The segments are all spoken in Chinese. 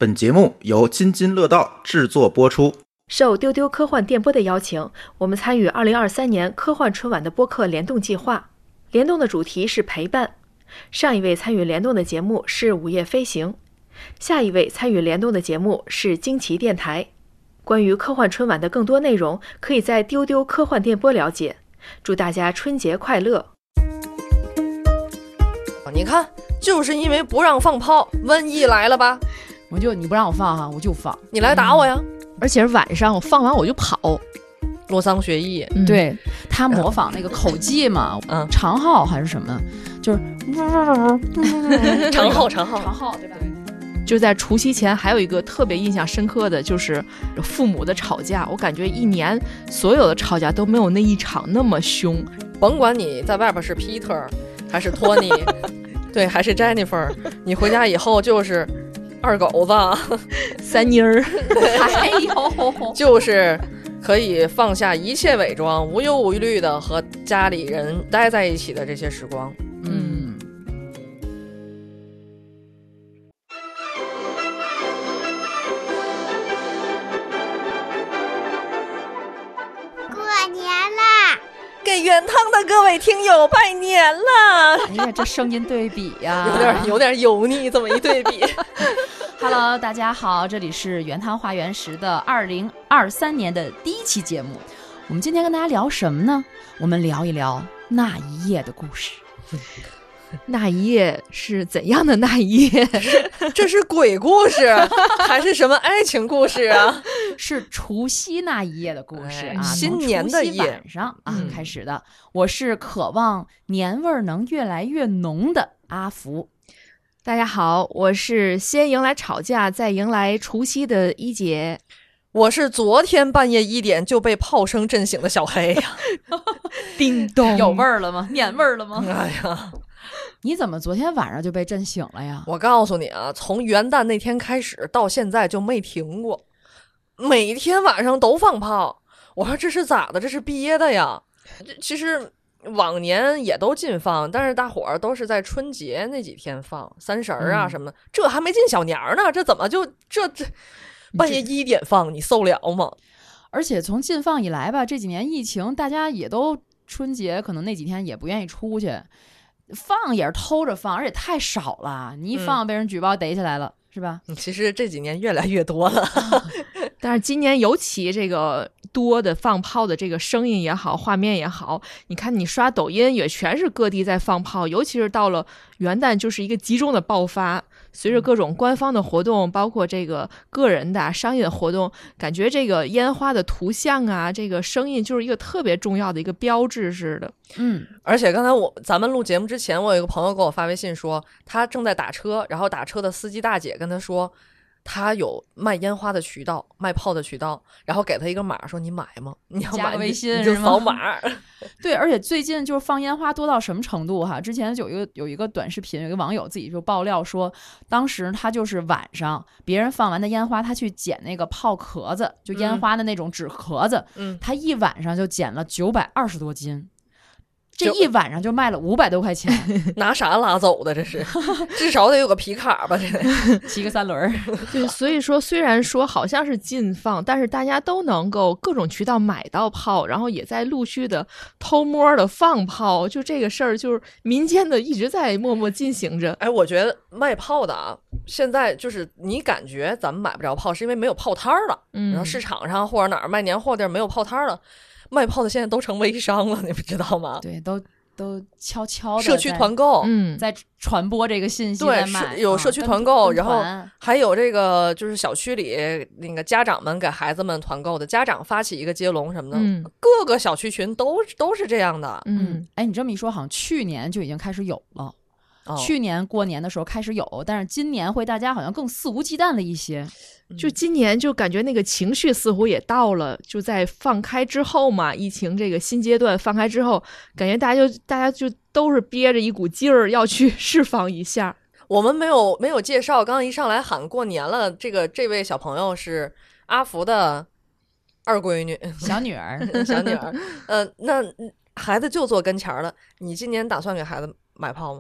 本节目由津津乐道制作播出。 受丢丢科幻电波的邀请，我们参与2023年科幻春晚的播客联动计划。联动的主题是陪伴。上一位参与联动的节目是午夜飞行，下一位参与联动的节目是惊奇电台。关于科幻春晚的更多内容，可以在丢丢科幻电波了解。祝大家春节快乐！ 你看，就是因为不让放炮，瘟疫来了吧？ 你不让我放哈，我就放， 你来打我呀！ 而且是晚上，我放完我就跑。 洛桑学艺， 对他模仿那个口技嘛，长号还是什么，就是长号， 对吧？ 就在除夕前，还有一个特别印象深刻的就是父母的吵架。我感觉一年所有的吵架都没有那一场那么凶。 甭管你在外边是 Peter 还是托尼，对，还是 Jennifer， 你回家以后就是二狗子、 三妮儿， 还有就是可以放下一切伪装，无忧无虑的和家里人待在一起的这些时光。给原汤的各位听友拜年了！ 哎呀，这声音对比呀， 有点油腻，这么一对比。 Hello， 大家好，这里是原汤化原食的2023年的第一期节目。我们今天跟大家聊什么呢？我们聊一聊那一夜的故事。 那一夜是怎样的那一夜？ 这是鬼故事还是什么爱情故事啊？ 是除夕那一夜的故事啊， 新年的夜晚上开始的。我是渴望年味能越来越浓的阿福。 大家好，我是先迎来吵架再迎来除夕的一姐。 我是昨天半夜1点就被炮声震醒的小黑呀。 叮咚， 有味儿了吗？年味儿了吗？ 哎呀， 你怎么昨天晚上就被震醒了呀？ 我告诉你啊，从元旦那天开始到现在就没停过，每天晚上都放炮。我说这是咋的？这是憋的呀。其实往年也都禁放，但是大伙儿都是在春节那几天放，30啊什么的，这还没进小年呢，这怎么就这半夜1点放，你受了吗？ 而且从禁放以来吧，这几年疫情，大家也都春节可能那几天也不愿意出去，放也是偷着放，而且太少了，你一放被人举报逮起来了，是吧？ 其实这几年越来越多了。 但是今年尤其这个多的放炮的这个声音也好，画面也好，你看你刷抖音也全是各地在放炮，尤其是到了元旦就是一个集中的爆发。随着各种官方的活动，包括这个个人的商业的活动，感觉这个烟花的图像啊，这个声音就是一个特别重要的一个标志似的。 而且刚才咱们录节目之前，我有一个朋友给我发微信说，他正在打车，然后打车的司机大姐跟他说，他有卖烟花的渠道，卖炮的渠道，然后给他一个码，说你买吗？你要买微信你就扫码。 对，而且最近就是放烟花多到什么程度哈？之前有一个短视频，有一个网友自己就爆料说，当时他就是晚上别人放完的烟花，他去捡那个炮壳子，就烟花的那种纸壳子，他一晚上就捡了920多斤。这一晚上就卖了500多块钱。 拿啥拉走的？这是至少得有个皮卡吧？这得骑个3轮。 对，所以说虽然说好像是禁放，但是大家都能够各种渠道买到炮，然后也在陆续的偷摸的放炮，就这个事儿就是民间的一直在默默进行着。 哎，我觉得卖炮的啊，现在就是你感觉咱们买不着炮，是因为没有炮摊了。然后市场上或者哪儿卖年货地儿没有炮摊了。卖炮的现在都成微商了，你不知道吗？ 对，都悄悄的社区团购， 在传播这个信息， 对，有社区团购，然后还有这个就是小区里那个家长们给孩子们团购的，家长发起一个接龙什么的，各个小区群都是这样的。 哎，你这么一说，好像去年就已经开始有了。去年过年的时候开始有，但是今年会大家好像更肆无忌惮了一些。 就今年就感觉那个情绪似乎也到了，就在放开之后嘛，疫情这个新阶段放开之后，感觉大家就都是憋着一股劲儿要去释放一下。 我们没有介绍，刚刚一上来喊过年了，这位小朋友是阿福的二闺女， 小女儿。 那孩子就坐跟前了，你今年打算给孩子买炮吗？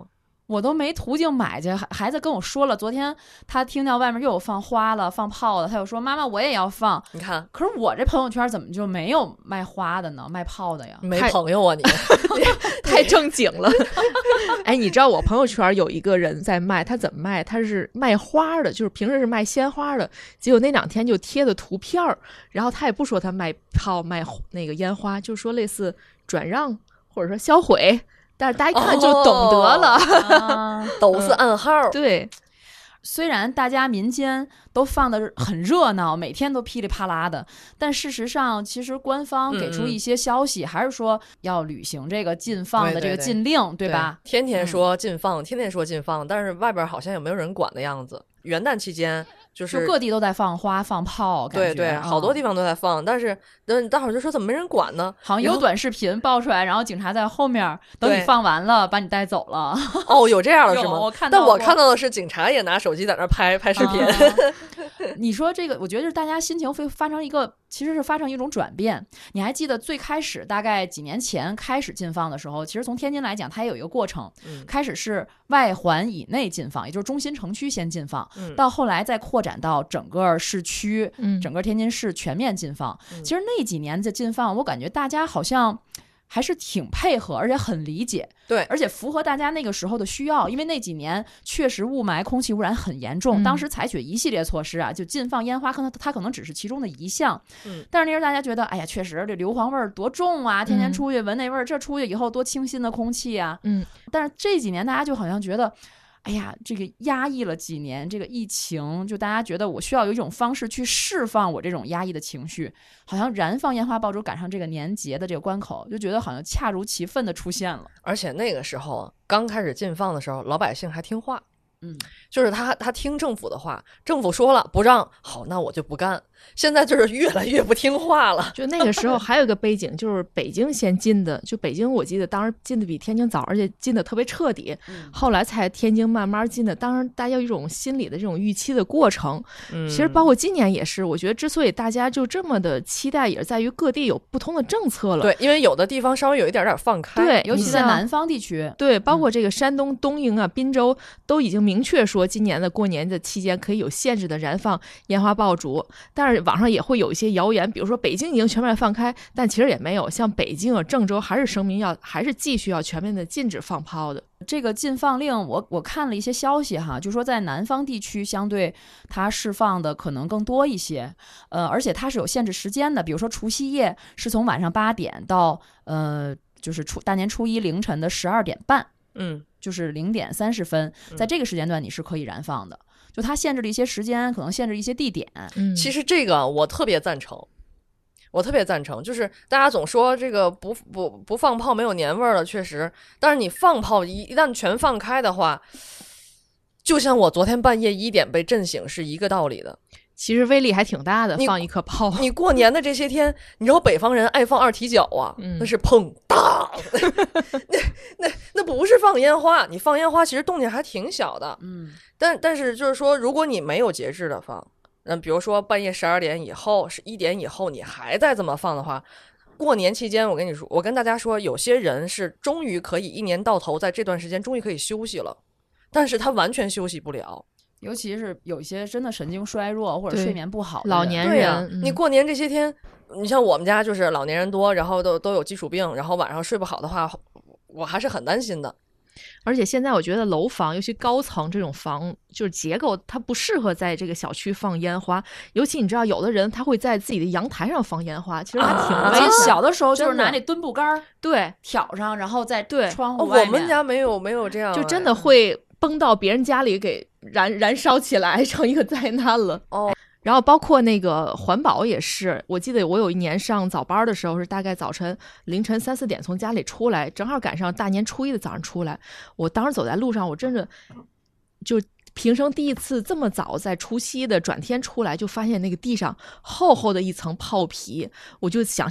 我都没途径买去。孩子跟我说了，昨天他听到外面又有放花了、放炮的，他又说妈妈我也要放。 你看， 可是我这朋友圈怎么就没有卖花的呢？卖炮的呀？ 没朋友啊你， 太正经了。哎，你知道我朋友圈有一个人在卖，他怎么卖？他是卖花的，就是平时是卖鲜花的，结果那2天就贴的图片儿，然后他也不说他卖炮卖那个烟花，就说类似转让或者说销毁。但是大家一看就懂得了， 都是暗号。 对， 虽然大家民间都放的很热闹，每天都噼里啪啦的，但事实上，其实官方给出一些消息，还是说要履行这个禁放的这个禁令，对吧？ 天天说禁放，天天说禁放，但是外边好像也没有人管的样子。元旦期间就是各地都在放花放炮， 对对，好多地方都在放，但是大伙儿就说怎么没人管呢？ 好像有短视频爆出来，然后警察在后面等你放完了把你带走了。 哦，有这样的是吗？但我看到的是警察也拿手机在那拍视频。 你说这个，我觉得大家心情会发生其实是发生一种转变。你还记得最开始大概几年前开始禁放的时候，其实从天津来讲，它也有一个过程，开始是外环以内禁放，也就是中心城区先禁放，到后来再扩展到整个市区，整个天津市全面禁放。其实那几年的禁放，我感觉大家好像还是挺配合，而且很理解， 对， 而且符合大家那个时候的需要。因为那几年确实雾霾、空气污染很严重，当时采取一系列措施啊，就禁放烟花，它可能只是其中的一项。但是那时候大家觉得，哎呀，确实这硫磺味儿多重啊，天天出去闻那味儿，这出去以后多清新的空气啊。但是这几年大家就好像觉得，哎呀，这个压抑了几年，这个疫情，就大家觉得我需要有一种方式去释放我这种压抑的情绪，好像燃放烟花爆竹赶上这个年节的这个关口，就觉得好像恰如其分的出现了。 而且那个时候刚开始禁放的时候，老百姓还听话，就是他听政府的话，政府说了不让，好，那我就不干。现在就是越来越不听话了。 就那个时候还有一个背景，就是北京先禁的，就北京我记得当时禁的比天津早，而且禁的特别彻底，后来才天津慢慢禁的。当然大家有一种心理的这种预期的过程，其实包括今年也是，我觉得之所以大家就这么的期待，也是在于各地有不同的政策了。 对，因为有的地方稍微有一点放开， 对， 尤其在南方地区， 对，包括这个山东东营啊、滨州都已经明确说，今年的过年的期间可以有限制的燃放烟花爆竹，但是网上也会有一些谣言，比如说北京已经全面放开，但其实也没有，像北京啊、郑州还是声明还是继续要全面的禁止放炮的。 这个禁放令我看了一些消息哈，就说在南方地区相对它释放的可能更多一些，而且它是有限制时间的，比如说除夕夜是从晚上8点到就是大年初一凌晨的12点半，就是0点30分，在这个时间段你是可以燃放的。就它限制了一些时间，可能限制一些地点。 其实这个我特别赞成，就是大家总说这个不放炮没有年味儿了，确实，但是你放炮一旦全放开的话，就像我昨天半夜1点被震醒是一个道理的。 其实威力还挺大的，放一颗炮。 你过年的这些天，你知道北方人爱放2踢脚啊，那是砰当，那不是放烟花，你放烟花其实动静还挺小的，但是就是说，如果你没有节制的放，比如说半夜12点以后是1点以后，你还在这么放的话，过年期间我跟大家说，有些人是终于可以一年到头在这段时间终于可以休息了，但是他完全休息不了。 尤其是有一些真的神经衰弱或者睡眠不好的老年人， 你过年这些天，你像我们家就是老年人多，然后都有基础病，然后晚上睡不好的话，我还是很担心的。 而且现在我觉得楼房，尤其高层这种房，就是结构它不适合在这个小区放烟花。尤其你知道，有的人他会在自己的阳台上放烟花，其实还挺危险。 小的时候就是拿那墩布杆对挑上，然后在窗户外面。我们家没有这样， 就真的会崩到别人家里给燃烧起来，成一个灾难了。然后包括那个环保也是，我记得我有一年上早班的时候，是大概早晨凌晨3、4点从家里出来，正好赶上大年初一的早上出来。我当时走在路上，我真的就平生第一次这么早在除夕的转天出来，就发现那个地上厚厚的一层炮皮，我就想象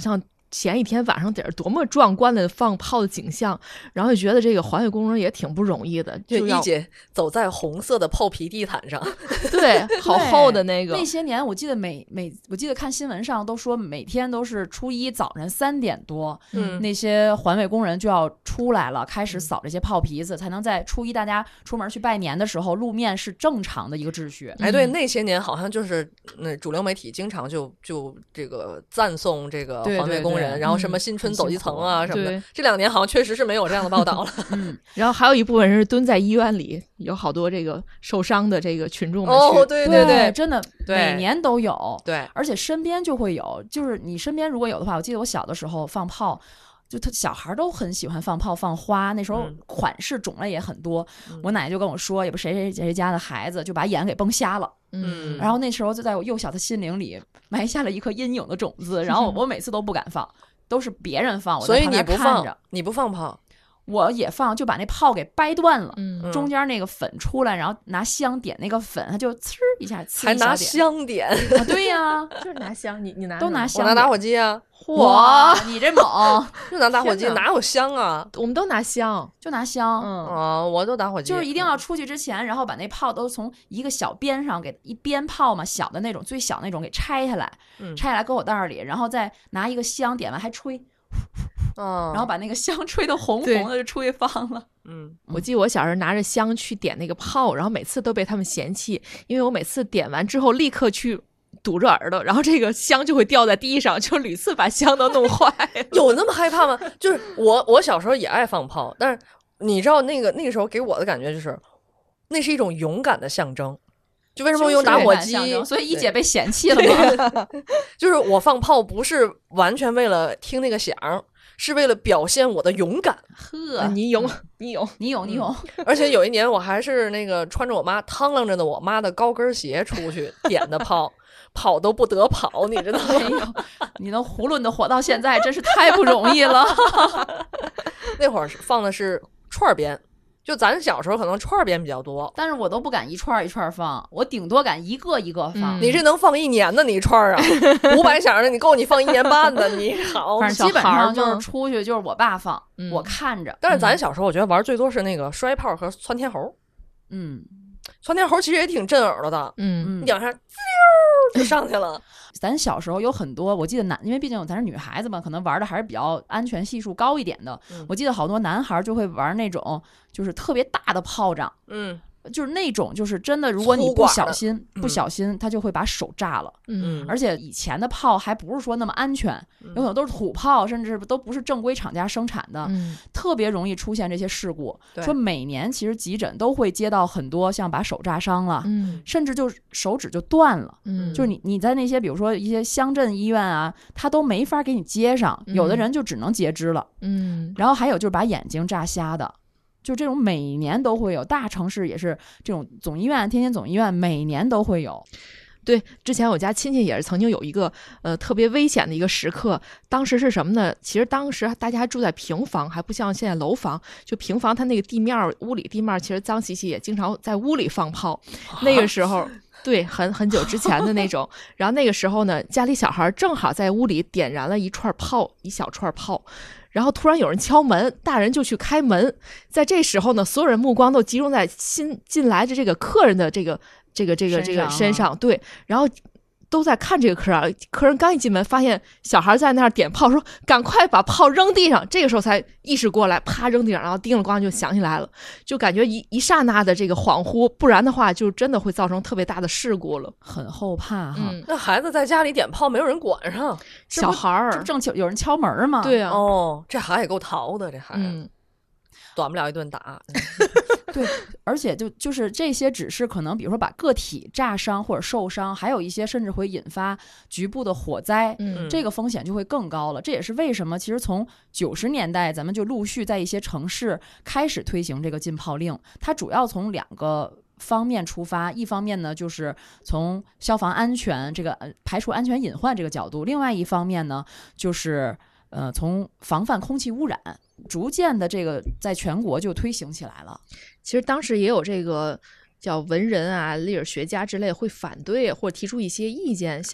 前一天晚上得是多么壮观的放炮的景象，然后就觉得这个环卫工人也挺不容易的，就要一姐走在红色的炮皮地毯上， 对，好厚的那个。 那些年我记得我记得看新闻上都说每天都是初一早晨3点多，那些环卫工人就要出来了，开始扫这些炮皮子，才能在初一大家出门去拜年的时候，路面是正常的一个秩序。 哎，对，那些年好像就是那主流媒体经常就这个赞颂这个环卫工人，然后什么新春走一层啊什么的。这2年好像确实是没有这样的报道了。 然后还有一部分人是蹲在医院里，有好多这个受伤的这个群众们去。 哦，对对对， 真的每年都有。 对， 而且身边就会有，就是你身边如果有的话，我记得我小的时候放炮。就小孩都很喜欢放炮放花，那时候款式种类也很多。我奶奶就跟我说，也不谁家的孩子就把眼给崩瞎了。然后那时候就在我幼小的心灵里埋下了一颗阴影的种子。然后我每次都不敢放，都是别人放，我在旁边看着。 你不放炮？ 我也放，就把那炮给掰断了，中间那个粉出来，然后拿香点那个粉，它就呲一下， 还拿香点啊？对呀， 就是拿香，你拿都拿香， 我拿打火机啊！ 哇，你这猛， 就拿打火机，哪有香啊？ 我们都拿香， 就拿香， 我都打火机， 就是一定要出去之前，然后把那炮都从一个小鞭上给一鞭炮嘛，小的那种最小那种给拆下来，拆下来搁我袋里，然后再拿一个香点完还吹。然后把那个香吹得红红的就出去放了。 我记得我小时候拿着香去点那个炮，然后每次都被他们嫌弃，因为我每次点完之后立刻去堵着耳朵，然后这个香就会掉在地上，就屡次把香都弄坏了。 有那么害怕吗？就是我小时候也爱放炮，但是你知道那个时候给我的感觉就是，那是一种勇敢的象征。就为什么用打火机？ 所以一姐被嫌弃了吗？ 就是我放炮不是完全为了听那个响，是为了表现我的勇敢。 呵， 你勇。 而且有一年我还是那个穿着我妈趟啷着的我妈的高跟鞋出去点的炮，跑都不得跑，你知道吗？ 你能囫囵的活到现在，真是太不容易了。 那会儿放的是串鞭。就咱小时候可能串鞭比较多， 但是我都不敢一串一串放，我顶多敢一个一个放。 你是能放1年的你一串啊？500响的你够你放1年半的，你好。 反正基本上就是出去就是我爸放，我看着。 但是咱小时候我觉得玩最多是那个摔炮和窜天猴。窜天猴其实也挺震耳朵的，你往上就上去了。 咱小时候有很多，我记得因为毕竟咱是女孩子嘛，可能玩的还是比较安全系数高一点的。我记得好多男孩就会玩那种就是特别大的炮仗，就是那种就是真的，如果你不小心，他就会把手炸了。而且以前的炮还不是说那么安全，有可能都是土炮，甚至都不是正规厂家生产的，特别容易出现这些事故。说每年其实急诊都会接到很多像把手炸伤了，甚至就手指就断了。就是你在那些比如说一些乡镇医院啊，他都没法给你接上，有的人就只能截肢了。然后还有就是把眼睛炸瞎的。就这种每年都会有，大城市也是这种总医院，天津总医院每年都会有。 对，之前我家亲戚也是曾经有一个特别危险的一个时刻，当时是什么呢？其实当时大家还住在平房，还不像现在楼房，就平房它那个地面屋里地面其实脏兮兮，也经常在屋里放炮。那个时候对，很久之前的那种。然后那个时候呢，家里小孩正好在屋里点燃了一小串炮，然后突然有人敲门，大人就去开门。在这时候呢，所有人目光都集中在新进来的这个客人的这个身上，对，然后都在看这个客人刚一进门，发现小孩在那儿点炮，说赶快把炮扔地上。这个时候才意识过来，啪扔地上，然后叮了咣就响起来了，就感觉一刹那的这个恍惚，不然的话就真的会造成特别大的事故了， 很后怕哈。 那孩子在家里点炮，没有人管上， 小孩儿正有人敲门嘛？ 对啊， 这孩子也够淘的，这孩子，短不了一顿打。 对，而且就是这些只是可能比如说把个体炸伤或者受伤，还有一些甚至会引发局部的火灾，这个风险就会更高了。这也是为什么其实从90年代咱们就陆续在一些城市开始推行这个禁炮令，它主要从2个方面出发，一方面呢就是从消防安全这个排除安全隐患这个角度，另外一方面呢就是从防范空气污染，逐渐的这个在全国就推行起来了。 其实当时也有这个叫文人啊、历史学家之类会反对或者提出一些意见，像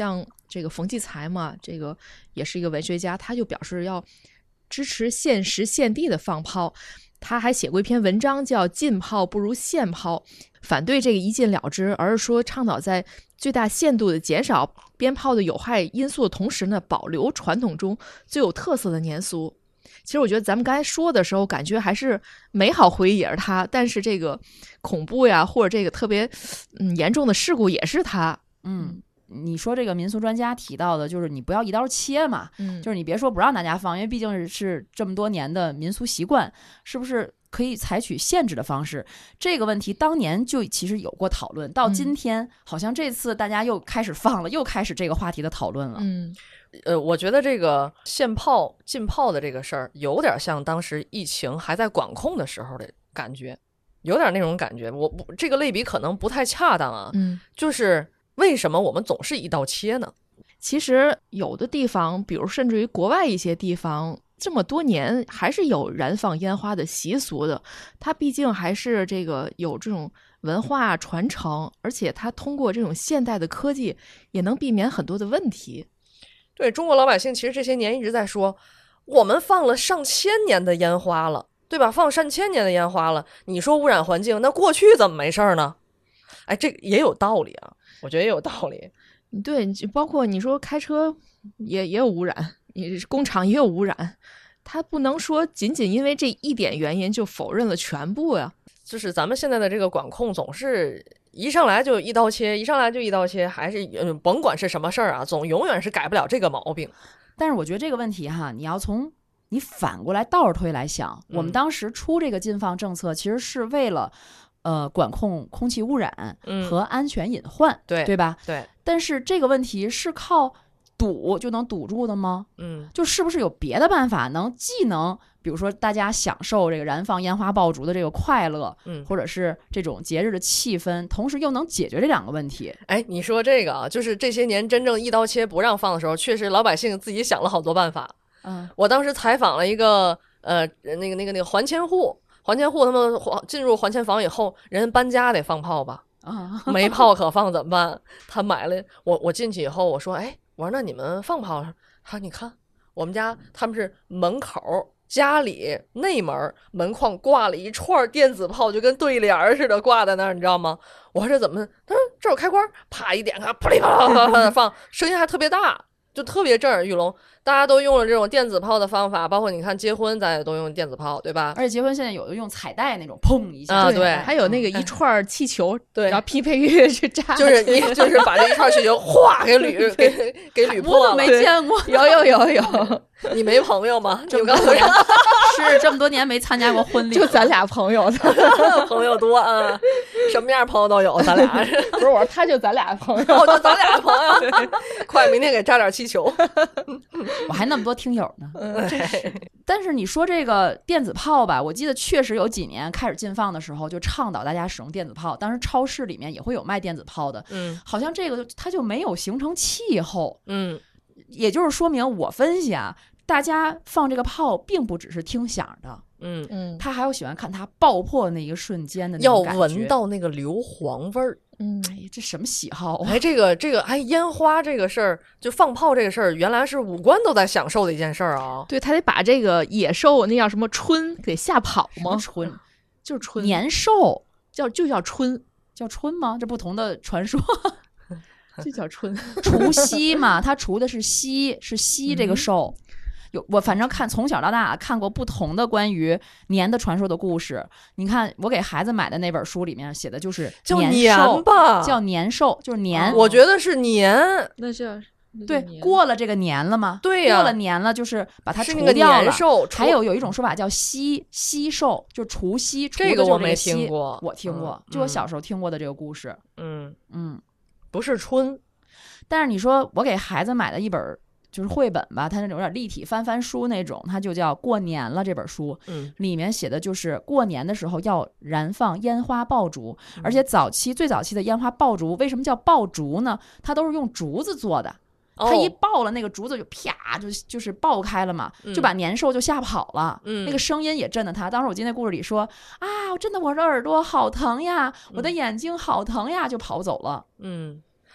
这个冯骥才嘛，这个也是一个文学家，他就表示要支持限时限地的放炮。他还写过一篇文章叫《禁炮不如限炮》，反对这个一禁了之，而是说倡导在最大限度的减少鞭炮的有害因素的同时呢，保留传统中最有特色的年俗。其实我觉得咱们刚才说的时候，感觉还是美好回忆也是他，但是这个恐怖呀，或者这个特别严重的事故也是他。 你说这个民俗专家提到的就是你不要一刀切嘛，就是你别说不让大家放，因为毕竟是这么多年的民俗习惯，是不是可以采取限制的方式？这个问题当年就其实有过讨论，到今天好像这次大家又开始放了，又开始这个话题的讨论了。 我觉得这个限炮禁炮的这个事儿，有点像当时疫情还在管控的时候的感觉，有点那种感觉。我不这个类比可能不太恰当啊，就是为什么我们总是一刀切呢？ 其实有的地方，比如甚至于国外一些地方，这么多年还是有燃放烟花的习俗的。它毕竟还是这个有这种文化传承，而且它通过这种现代的科技，也能避免很多的问题。 对，中国老百姓其实这些年一直在说，我们放了上千年的烟花了，对吧？放上千年的烟花了，你说污染环境，那过去怎么没事呢？哎，这个也有道理啊，我觉得也有道理。 对，包括你说开车也有污染，你工厂也有污染，它不能说仅仅因为这一点原因就否认了全部呀。 就是咱们现在的这个管控总是一上来就一刀切，一上来就一刀切，还是甭管是什么事儿啊，永远是改不了这个毛病。 但是我觉得这个问题哈，你反过来倒着推来想，我们当时出这个禁放政策，其实是为了管控空气污染和安全隐患，对吧？ 对。 但是这个问题是靠堵就能堵住的吗？就是不是有别的办法既能比如说大家享受这个燃放烟花爆竹的这个快乐，或者是这种节日的气氛，同时又能解决这两个问题。 哎，你说这个啊，就是这些年真正一刀切不让放的时候，确实老百姓自己想了好多办法。我当时采访了一个那个还迁户他们进入还迁房以后，人搬家得放炮吧？没炮可放怎么办？他买了，我进去以后我说，我说那你们放炮？他说你看我们家他们是门口家里内门框挂了一串电子炮，就跟对联似的挂在那儿，你知道吗？我说这怎么？他说这有开关，啪一点开，噼里啪啦啪啦放，声音还特别大，就特别震耳欲聋。大家都用了这种电子炮的方法，包括你看结婚咱也都用电子炮，对吧？ 而且结婚现在有的用彩带那种，砰一下， 对， 还有那个一串气球， 对， 然后匹配乐去炸， 就是把这一串气球哗给捋破了。 我没见过， 有， 你没朋友吗？ 是这么多年没参加过婚礼， 就咱俩朋友朋友多啊，什么样朋友都有，咱俩不是我说他就咱俩朋友， 就咱俩朋友，快明天给扎点气球。 我还那么多听友呢，真是。但是你说这个电子炮吧，我记得确实有几年开始禁放的时候，就倡导大家使用电子炮。当时超市里面也会有卖电子炮的，好像这个它就没有形成气候，也就是说明我分析啊，大家放这个炮并不只是听响的，他还有喜欢看它爆破那一瞬间的那种感觉， 要闻到那个硫磺味儿。 这什么喜好啊？ 这个烟花这个事儿，就放炮这个事儿，原来是五官都在享受的一件事儿啊。 对，他得把这个野兽那叫什么春给吓跑吗？ 春就是春， 年兽就叫春， 叫春吗？这不同的传说。 就叫春， 除夕嘛，他除的是夕这个兽。我反正从小到大看过不同的关于年的传说的故事。你看我给孩子买的那本书里面写的就是年兽吧， 叫年兽，就是年。 我觉得是年， 那叫对，过了这个年了吗？ 对呀， 过了年了就是把它除掉了。 兽还有一种说法叫夕兽，就除夕。 这个我没听过， 我听过，就我小时候听过的这个故事。 不是春。 但是你说我给孩子买的一本就是绘本吧，它那种有点立体翻书那种，它就叫《过年了》这本书，里面写的就是过年的时候要燃放烟花爆竹，而且最早期的烟花爆竹为什么叫爆竹呢？它都是用竹子做的，它一爆了那个竹子就啪就是爆开了嘛，就把年兽就吓跑了，那个声音也震得他。当时我记得那故事里说真的我的耳朵好疼呀，我的眼睛好疼呀，就跑走了。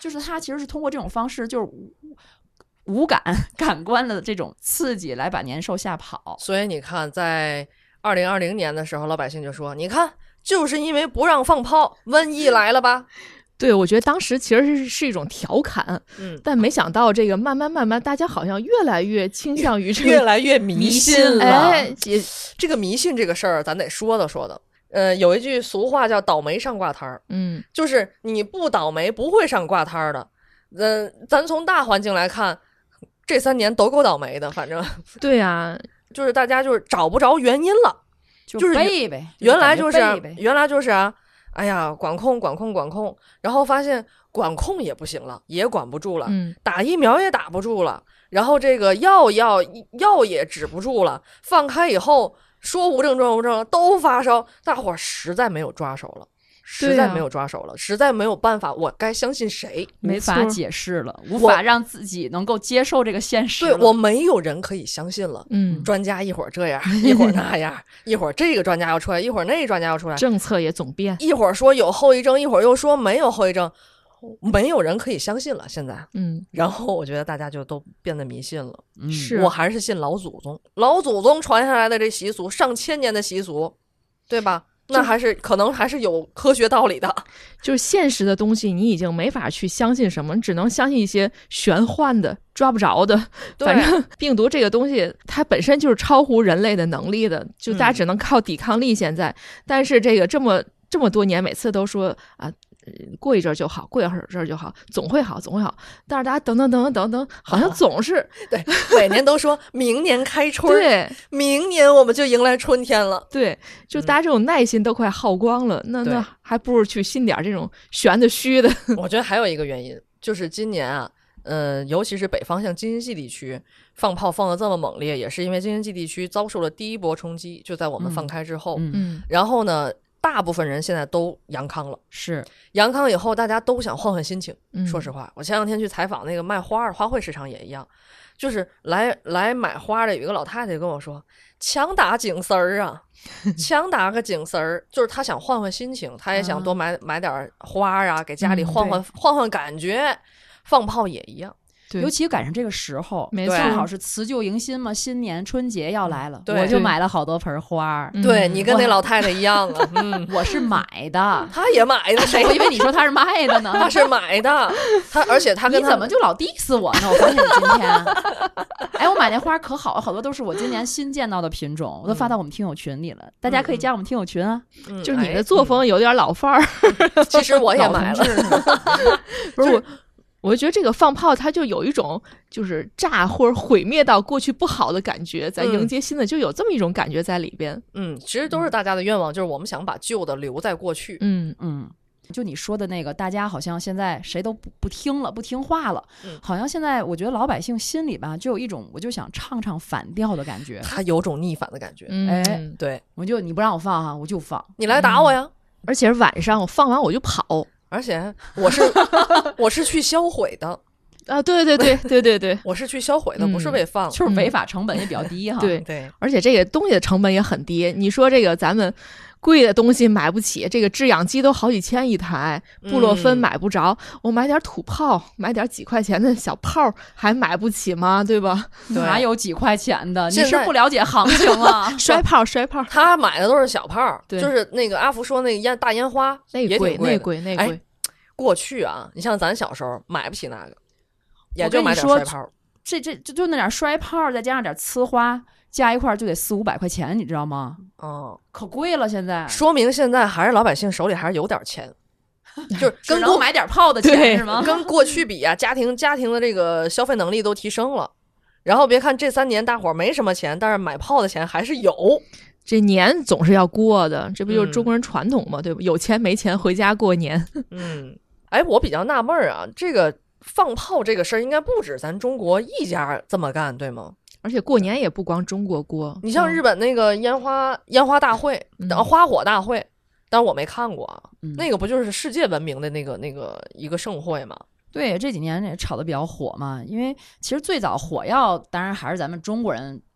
就是它其实是通过这种方式，就是五感官的这种刺激来把年兽吓跑。 所以你看，在2020年的时候，老百姓就说：“你看，就是因为不让放炮，瘟疫来了吧？” 对，我觉得当时其实是一种调侃，但没想到这个慢慢，大家好像越来越倾向于这个， 越来越迷信了。 哎， 这个迷信这个事儿，咱得说的。有一句俗话叫“倒霉上挂摊儿”，就是你不倒霉不会上挂摊儿的。咱从大环境来看，这3年都够倒霉的，反正对啊， 就是大家就是找不着原因了，就是背呗， 原来就是啊。哎呀，管控，然后发现管控也不行了，也管不住了，打疫苗也打不住了，然后这个药也止不住了，放开以后说无症状都发烧，大伙儿实在没有抓手了。实在没有办法，我该相信谁？ 无法解释了，无法让自己能够接受这个现实了。 对，我没有人可以相信了。专家一会儿这样，一会儿那样，一会儿这个专家要出来，一会儿那个专家要出来， 政策也总变， 一会儿说有后遗症，一会儿又说没有后遗症，没有人可以相信了。现在，然后我觉得大家就都变得迷信了。 是， 我还是信老祖宗传下来的这习俗，上千年的习俗，对吧？那可能还是有科学道理的， 就是现实的东西你已经没法去相信什么，你只能相信一些玄幻的抓不着的。反正病毒这个东西它本身就是超乎人类的能力的，就大家只能靠抵抗力现在。但是这个这么多年每次都说啊，过一阵就好，过一阵就好，总会好。但是大家等，好像总是对，每年都说明年开春， 对， 明年我们就迎来春天了。 对，就大家这种耐心都快耗光了，那还不如去信点这种玄的虚的。 我觉得还有一个原因就是今年啊，尤其是北方像京津冀地区放炮放得这么猛烈，也是因为京津冀地区遭受了第一波冲击，就在我们放开之后，然后呢。大部分人现在都阳康了， 是阳康以后，大家都想换心情。说实话，我前2天去采访那个卖花卉市场也一样，就是来买花的有一个老太太跟我说，强打井丝儿啊，强打个井丝儿，就是她想换心情，她也想多买点花啊，给家里换感觉。放炮也一样。 尤其赶上这个时候， 没错， 正好是辞旧迎新嘛，新年春节要来了，我就买了好多盆花。 对，你跟那老太太一样啊， 我是买的， 她也买的， 我以为你说她是卖的呢。 她是买的，而且她跟你怎么就老 diss 我呢？我发现你今天，哎，我买那花可好，好多都是我今年新见到的品种，我都发到我们听友群里了，大家可以加我们听友群啊。 就是你的作风有点老范儿， 其实我也买了， 不是我。我觉得这个放炮它就有一种就是炸或者毁灭到过去不好的感觉，在迎接新的，就有这么一种感觉在里边。 其实都是大家的愿望，就是我们想把旧的留在过去。 就你说的那个，大家好像现在谁都不听了，不听话了。好像现在我觉得老百姓心里吧，就有一种我就想唱反调的感觉， 他有种逆反的感觉。对， 你不让我放哈，我就放， 你来打我呀！ 而且是晚上，我放完我就跑。 而且我是去销毁的啊！对， 我是去销毁的，不是为放， 就是违法成本也比较低哈。 对，而且这个东西的成本也很低。你说这个咱们贵的东西买不起，这个制氧机都好几千一台，布洛芬买不着，我买点土炮，买点几块钱的小炮还买不起吗？对吧？ 哪有几块钱的？你是不了解行情啊！ 摔炮， 他买的都是小炮，就是那个阿福说那个大烟花， 那贵，那贵。 过去啊，你像咱小时候买不起那个，也就买点摔炮。 这就那点摔炮，再加上点呲花，加一块就得400-500块钱，你知道吗？可贵了。现在说明现在还是老百姓手里还是有点钱，就是跟能买点炮的钱是吗？ 跟过去比啊，家庭的这个消费能力都提升了。然后别看这3年大伙儿没什么钱，但是买炮的钱还是有。 这年总是要过的，这不就是中国人传统吗？对吧？有钱没钱回家过年。 我比较纳闷啊，这个放炮这个事儿应该不止咱中国一家这么干，对吗？ 而且过年也不光中国过， 你像日本那个烟花大会、花火大会，但是我没看过啊。那个不就是世界闻名的那个一个盛会吗？ 对，这几年也炒得比较火嘛。因为其实最早火药当然还是咱们中国人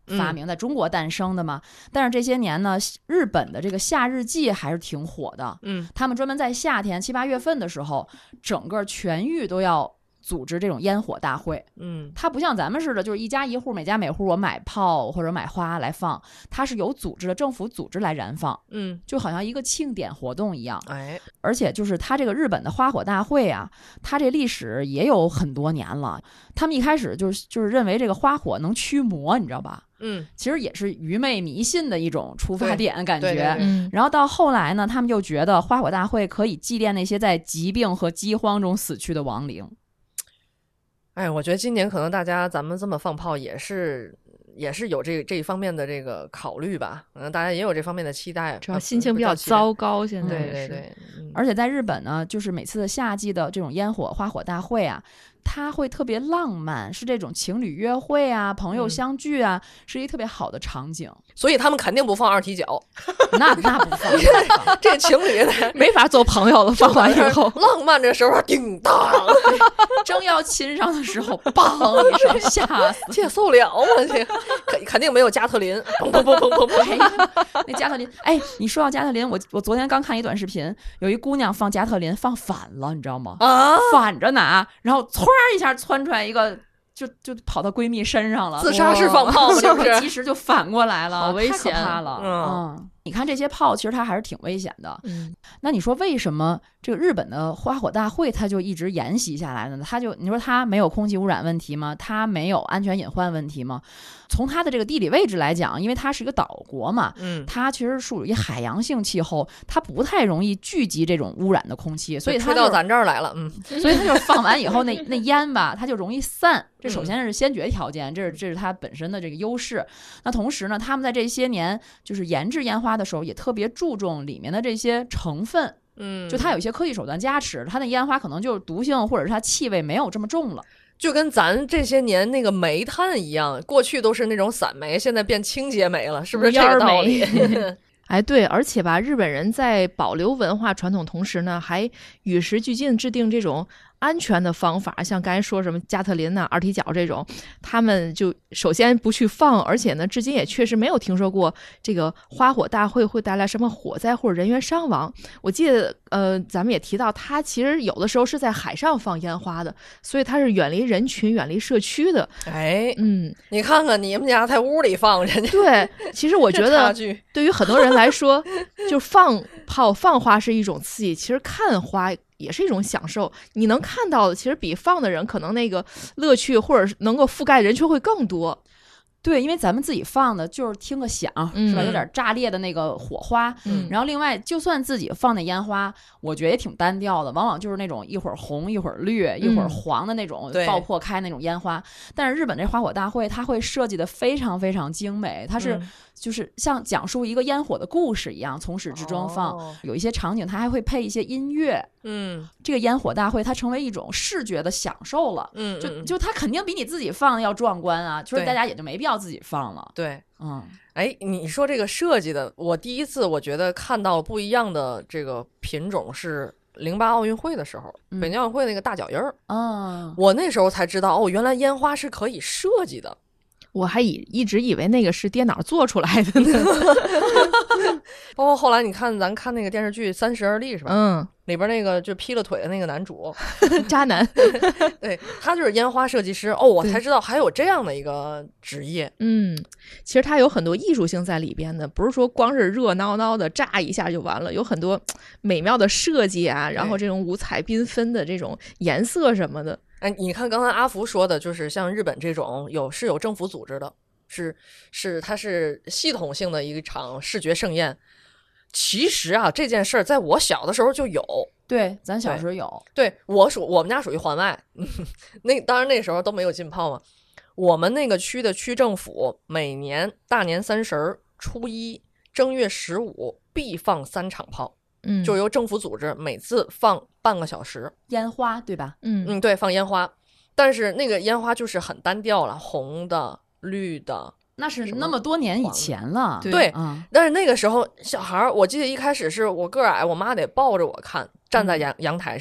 发明，在中国诞生的嘛。但是这些年呢，日本的这个夏日祭还是挺火的。他们专门在夏天7、8月份的时候，整个全域都要组织这种烟火大会。它不像咱们似的，就是一家一户，每家每户我买炮或者买花来放，它是有组织的，政府组织来燃放。就好像一个庆典活动一样。而且就是它这个日本的花火大会啊，它这历史也有很多年了。他们一开始就是认为这个花火能驱魔，你知道吧？其实也是愚昧迷信的一种出发点，感觉。然后到后来呢，他们就觉得花火大会可以祭奠那些在疾病和饥荒中死去的亡灵。 我觉得今年可能咱们这么放炮也是有这一方面的这个考虑吧，可能大家也有这方面的期待， 主要心情比较糟糕，现在对。 而且在日本呢，就是每次的夏季的这种烟火花火大会啊，它会特别浪漫，是这种情侣约会啊，朋友相聚啊，是一特别好的场景。 所以他们肯定不放二踢脚， 那不放这情侣没法做朋友了。放完以后， 浪漫的时候叮当， 正要亲上的时候，梆一声，吓死！ 这受了吗？这肯定没有加特林，砰砰砰砰砰。 那加特林，你说到加特林，我昨天刚看一短视频，有一姑娘放加特林放反了，你知道吗？反着拿，然后唰一下窜出来一个，就跑到闺蜜身上了， 自杀式放炮吗？ 就是及时就反过来了， 好危险， 太可怕了。你看这些炮，其实它还是挺危险的。那你说为什么这个日本的花火大会它就一直沿袭下来呢？你说它没有空气污染问题吗？它没有安全隐患问题吗？从它的这个地理位置来讲，因为它是一个岛国嘛，它其实属于海洋性气候，它不太容易聚集这种污染的空气，所以它吹到咱这儿来了。 所以它就是放完以后那烟吧，它就容易散。这首先是先决条件，这是它本身的这个优势。那同时呢，他们在这些年就是研制烟花的时候，也特别注重里面的这些成分。就它有一些科技手段加持，它的烟花可能就是毒性或者是它气味没有这么重了。 就跟咱这些年那个煤炭一样，过去都是那种散煤，现在变清洁煤了，是不是这个道理？ 对，而且吧，日本人在保留文化传统同时呢，还与时俱进制定这种安全的方法，像刚才说什么加特林二踢脚这种，他们就首先不去放，而且呢，至今也确实没有听说过这个花火大会会带来什么火灾或者人员伤亡。我记得咱们也提到，它其实有的时候是在海上放烟花的，所以它是远离人群、远离社区的。 你看看你们家在屋里放，人家对，其实我觉得对于很多人来说，就放炮放花是一种刺激，其实看花也是一种享受。你能看到的其实比放的人可能那个乐趣或者能够覆盖人群会更多。 对，因为咱们自己放的就是听个响，是吧？有点炸裂的那个火花。然后另外，就算自己放那烟花，我觉得也挺单调的，往往就是那种一会儿红一会儿绿一会儿黄的那种爆破开那种烟花。但是日本这花火大会，它会设计的非常非常精美，它是就是像讲述一个烟火的故事一样，从始至终放。有一些场景它还会配一些音乐。这个烟火大会它成为一种视觉的享受了。就它肯定比你自己放的要壮观啊，就是大家也就没必要自己放了。 对，你说这个设计的，我第一次我觉得看到不一样的这个品种是08奥运会的时候，北京奥运会那个大脚印儿。我那时候才知道，原来烟花是可以设计的。 我还一直以为那个是电脑做出来的呢。 包括后来你看咱看那个电视剧《30而立》是吧？里边那个就劈了腿的那个男主渣男。 对，他就是烟花设计师。我才知道还有这样的一个职业。 其实它有很多艺术性在里边的，不是说光是热闹闹的炸一下就完了，有很多美妙的设计啊，然后这种五彩缤纷的这种颜色什么的。 你看刚才阿福说的，就是像日本这种有政府组织的，它是系统性的一场视觉盛宴。其实啊，这件事儿在我小的时候就有。 对，咱小时候有。 对，我们家属于环外，当然那时候都没有禁炮嘛。我们那个区的区政府每年大年30、初一、正月15必放3场炮。就由政府组织每次放半个小时烟花，对吧？ 对，放烟花，但是那个烟花就是很单调了，红的、绿的， 那是那么多年以前了。 对，但是那个时候小孩，我记得一开始是我个儿矮，我妈得抱着我看，站在阳台上，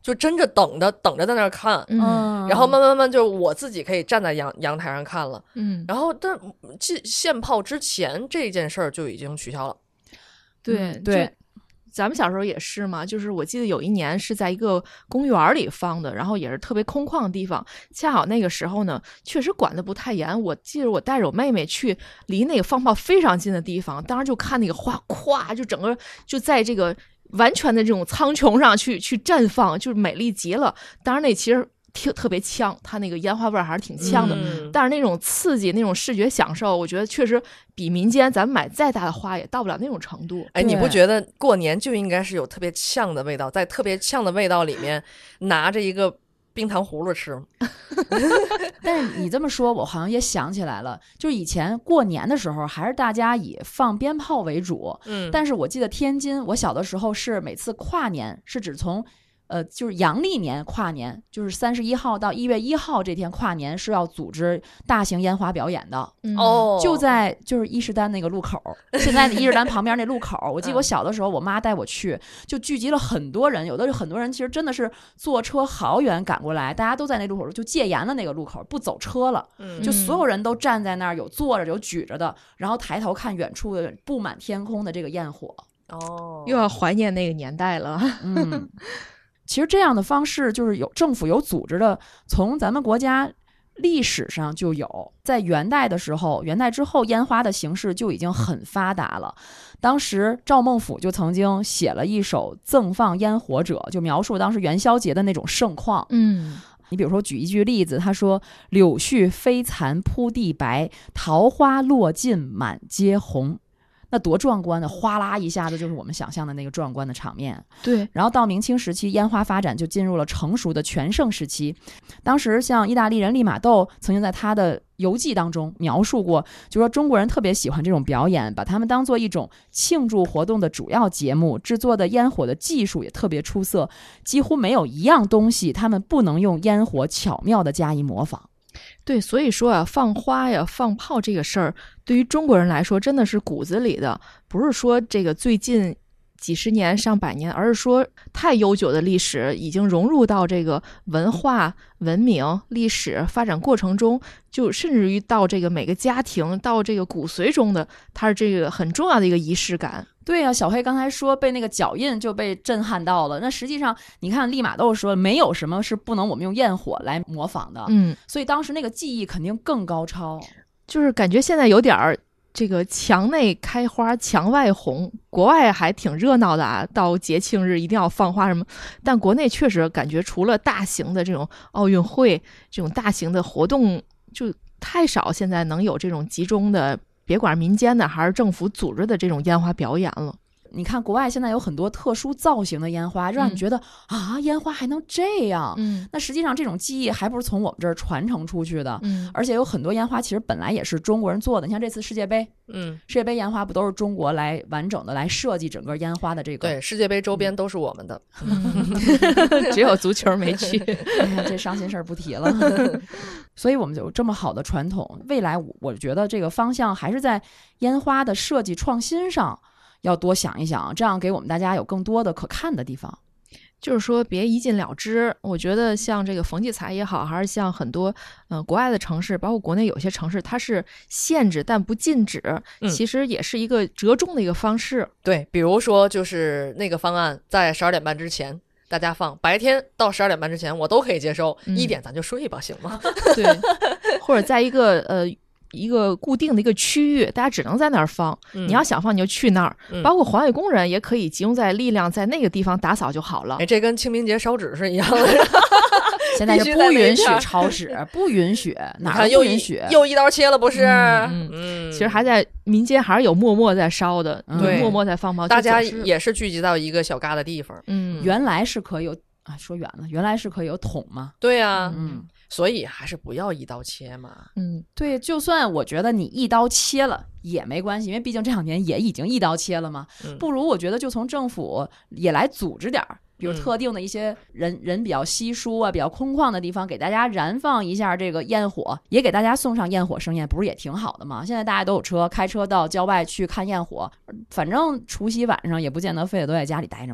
就真着等着在那儿看。然后慢慢就我自己可以站在阳台上看了。然后但限炮之前这件事儿就已经取消了。 对，咱们小时候也是嘛，就是我记得有一年是在一个公园里放的，然后也是特别空旷的地方，恰好那个时候呢确实管得不太严，我记得我带着我妹妹去离那个放炮非常近的地方，当时就看那个花咵就整个就在这个完全的这种苍穹上去绽放，就是美丽极了。当然那其实特别呛，它那个烟花味还是挺呛的，但是那种刺激那种视觉享受，我觉得确实比民间咱们买再大的花也到不了那种程度。 哎，你不觉得过年就应该是有特别呛的味道，在特别呛的味道里面拿着一个冰糖葫芦吃？ 但是你这么说，我好像也想起来了，就是以前过年的时候，还是大家以放鞭炮为主。但是我记得天津，我小的时候是每次跨年是指从就是阳历年跨年，就是31号到1月1号这天跨年是要组织大型烟花表演的。就在就是伊势丹那个路口，现在的伊势丹旁边那路口，我记得我小的时候，我妈带我去，就聚集了很多人，有的很多人其实真的是坐车好远赶过来，大家都在那路口就戒严了那个路口，不走车了，就所有人都站在那儿，有坐着有举着的，然后抬头看远处的布满天空的这个焰火。 又要怀念那个年代了。 其实这样的方式就是有政府有组织的，从咱们国家历史上就有。在元代的时候，元代之后烟花的形式就已经很发达了。当时赵孟頫就曾经写了一首《赠放烟火者》，就描述当时元宵节的那种盛况。你比如说举一句例子，他说柳絮飞残铺地白，桃花落尽满街红。那多壮观的，哗啦一下子就是我们想象的那个壮观的场面。 对， 然后到明清时期，烟花发展就进入了成熟的全盛时期。当时像意大利人利玛窦曾经在他的游记当中描述过，就说中国人特别喜欢这种表演，把他们当做一种庆祝活动的主要节目，制作的烟火的技术也特别出色，几乎没有一样东西他们不能用烟火巧妙地加以模仿。 对，所以说啊，放花呀、放炮这个事儿，对于中国人来说，真的是骨子里的，不是说这个最近几十年、上百年，而是说太悠久的历史已经融入到这个文化、文明、历史发展过程中，就甚至于到这个每个家庭、到这个骨髓中的，它是这个很重要的一个仪式感。 对啊，小黑刚才说被那个脚印就被震撼到了。那实际上，你看利玛窦说没有什么是不能我们用焰火来模仿的。所以当时那个技艺肯定更高超。 就是感觉现在有点儿这个墙内开花墙外红，国外还挺热闹的啊，到节庆日一定要放花什么，但国内确实感觉除了大型的这种奥运会这种大型的活动，就太少现在能有这种集中的，别管是民间的还是政府组织的这种烟花表演了。 你看国外现在有很多特殊造型的烟花，让你觉得烟花还能这样。那实际上这种技艺还不是从我们这儿传承出去的。而且有很多烟花其实本来也是中国人做的。你像这次世界杯，世界杯烟花不都是中国来完整的来设计整个烟花的这个？ 对，世界杯周边都是我们的。 只有足球没去。 哎呀，这伤心事儿不提了。所以我们有这么好的传统，未来我觉得这个方向还是在烟花的设计创新上要多想一想，这样给我们大家有更多的可看的地方。 就是说别一禁了之。我觉得像这个冯骥才也好，还是像很多国外的城市，包括国内有些城市，它是限制但不禁止，其实也是一个折中的一个方式。 对，比如说就是那个方案在12点半之前大家放，白天到12点半之前我都可以接受，1点咱就睡吧，行吗？ 对，或者在一个固定的一个区域，大家只能在那儿放。你要想放你就去那儿，包括环卫工人也可以集中在力量在那个地方打扫就好了。 这跟清明节烧纸是一样的。 现在是不允许超纸，不允许，哪儿不允许？ 又一刀切了，不是？ 其实还在民间还是有默默在烧的，对，默默在放炮， 大家也是聚集到一个小疙瘩地方。 原来是可以有说远了，原来是可以有桶嘛？ 对啊，所以还是不要一刀切嘛。 对，就算我觉得你一刀切了也没关系，因为毕竟这2年也已经一刀切了嘛。不如我觉得就从政府也来组织点儿，比如特定的一些人比较稀疏啊、比较空旷的地方，给大家燃放一下这个烟火，也给大家送上焰火盛宴，不是也挺好的吗？现在大家都有车，开车到郊外去看焰火，反正除夕晚上也不见得非得都在家里待着嘛。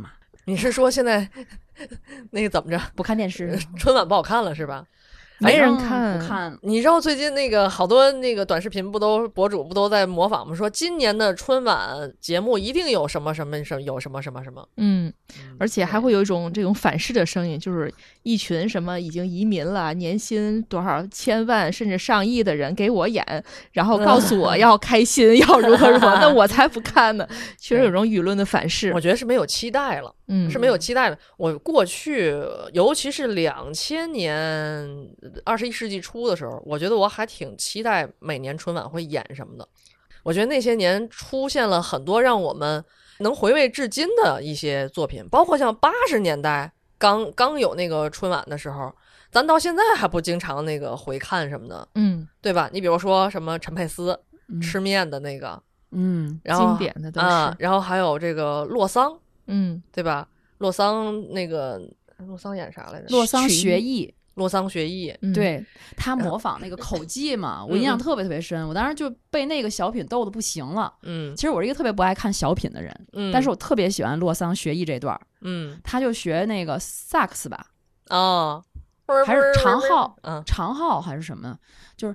你是说现在那个怎么着？ 不看电视， 春晚不好看了是吧？ 没人反正看不看。 你知道最近那个好多那个短视频博主不都在模仿吗？说今年的春晚节目一定有什么什么什么，有什么什么什么。 而且还会有一种这种反噬的声音，就是一群什么已经移民了，年薪多少千万甚至上亿的人给我演，然后告诉我要开心，要如何如何，那我才不看呢。确实有种舆论的反噬， 我觉得是没有期待了，是没有期待的。我过去，尤其是2000年21世纪初的时候，我觉得我还挺期待每年春晚会演什么的。我觉得那些年出现了很多让我们能回味至今的一些作品，包括像80年代刚有那个春晚的时候，咱到现在还不经常那个回看什么的，对吧？你比如说什么陈佩斯吃面的那个， 然后经典的都是然后还有这个洛桑，对吧？洛桑演啥来着？ 洛桑学艺。 洛桑学艺， 对，他模仿那个口技嘛，我印象特别特别深。我当时就被那个小品逗得不行了。其实我是一个特别不爱看小品的人，但是我特别喜欢洛桑学艺这段。他就学那个萨克斯吧，还是长号还是什么，就是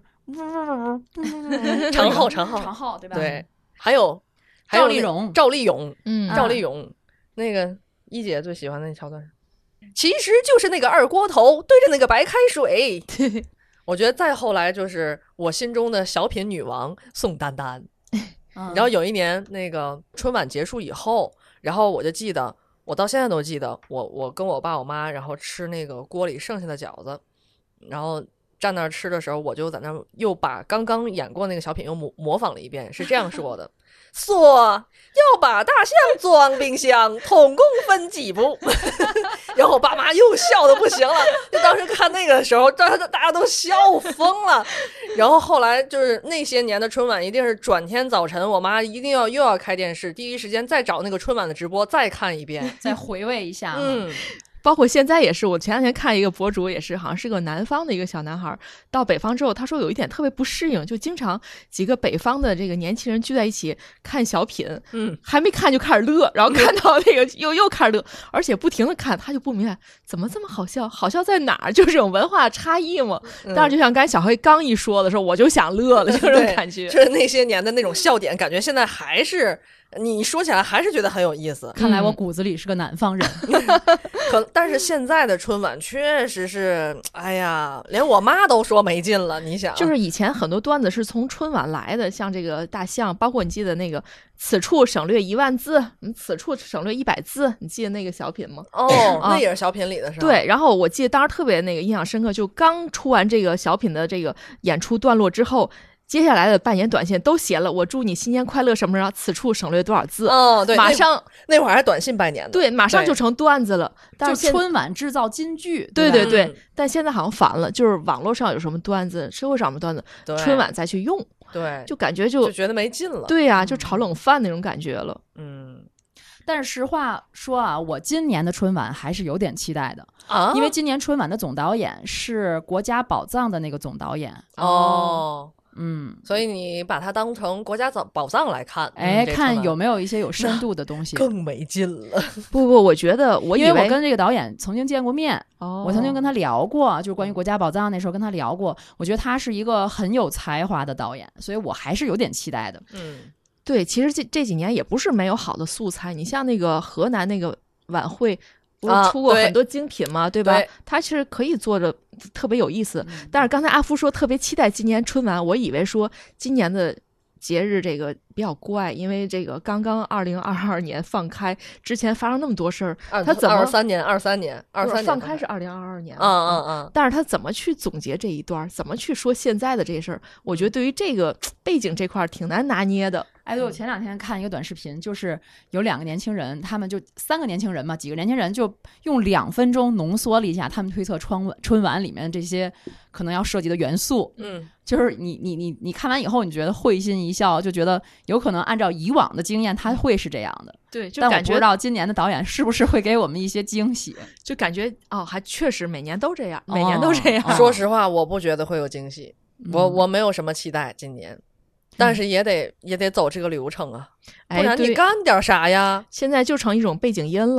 长号对吧？ 对，还有赵丽蓉， 赵丽蓉，那个一姐最喜欢的那桥段。其实就是那个二锅头对着那个白开水。我觉得再后来就是我心中的小品女王宋丹丹。然后有一年那个春晚结束以后，然后我就记得，我到现在都记得，我跟我爸我妈然后吃那个锅里剩下的饺子，然后站那儿吃的时候，我就在那儿又把刚刚演过那个小品又模仿了一遍，是这样说的。说要把大象装冰箱，统共分几步。然后我爸妈又笑得不行了，就当时看那个的时候，大家都笑疯了。然后后来就是那些年的春晚，一定是转天早晨，我妈一定又要开电视，第一时间再找那个春晚的直播再看一遍， 再回味一下。 包括现在也是，我前两天看一个博主，也是好像是个南方的一个小男孩，到北方之后，他说有一点特别不适应，就经常几个北方的这个年轻人聚在一起看小品，还没看就开始乐，然后看到那个又开始乐，而且不停的看，他就不明白怎么这么好笑，好笑在哪儿？就是这种文化差异嘛。但是就像刚才小黑刚一说的时候，我就想乐了，就这种感觉。 就是那些年的那种笑点，感觉现在还是。你说起来还是觉得很有意思， 看来我骨子里是个南方人。 但是现在的春晚确实是，哎呀，连我妈都说没劲了。你想， 就是以前很多段子是从春晚来的，像这个大象，包括你记得那个此处省略10000字，此处省略100字，你记得那个小品吗？ 那也是小品里的是吧？ 对，然后我记得当时特别那个印象深刻，就刚出完这个小品的这个演出段落之后。接下来的拜年短信都写了，我祝你新年快乐什么，然后此处省略多少字。 对， 马上那会儿还短信拜年的， 对，马上就成段子了。但是春晚制造金句， 对，但现在好像反了，就是网络上有什么段子，社会上有什么段子，春晚再去用， 对， 就感觉就觉得没劲了。 对呀，就炒冷饭那种感觉了。 但是实话说啊，我今年的春晚还是有点期待的因为今年春晚的总导演是国家宝藏的那个总导演所以你把它当成国家宝藏来看， 看有没有一些有深度的东西， 更没劲了。 不，我觉得因为我跟这个导演曾经见过面，我曾经跟他聊过，就是关于国家宝藏那时候跟他聊过，我觉得他是一个很有才华的导演，所以我还是有点期待的。 对，其实这几年也不是没有好的素材，你像那个河南那个晚会。不是出过很多精品嘛，对吧？他其实可以做着特别有意思。但是刚才阿福说特别期待今年春晚，我以为说今年的节日这个比较怪，因为这个刚刚2022年放开，之前发生那么多事儿，他怎么 23年放开是2022年，但是他怎么去总结这一段，怎么去说现在的这事儿？我觉得对于这个背景这块挺难拿捏的。 对，我前两天看一个短视频，就是有2个年轻人，他们就3个年轻人嘛，几个年轻人就用2分钟浓缩了一下他们推测春晚里面这些可能要涉及的元素。就是你看完以后，你觉得会心一笑，就觉得有可能按照以往的经验，他会是这样的。 对，就但我不知道今年的导演是不是会给我们一些惊喜， 就感觉还确实每年都这样，每年都这样。 说实话，我不觉得会有惊喜，我没有什么期待今年。但是也得走这个流程啊，不然你干点啥呀？ 现在就成一种背景音了。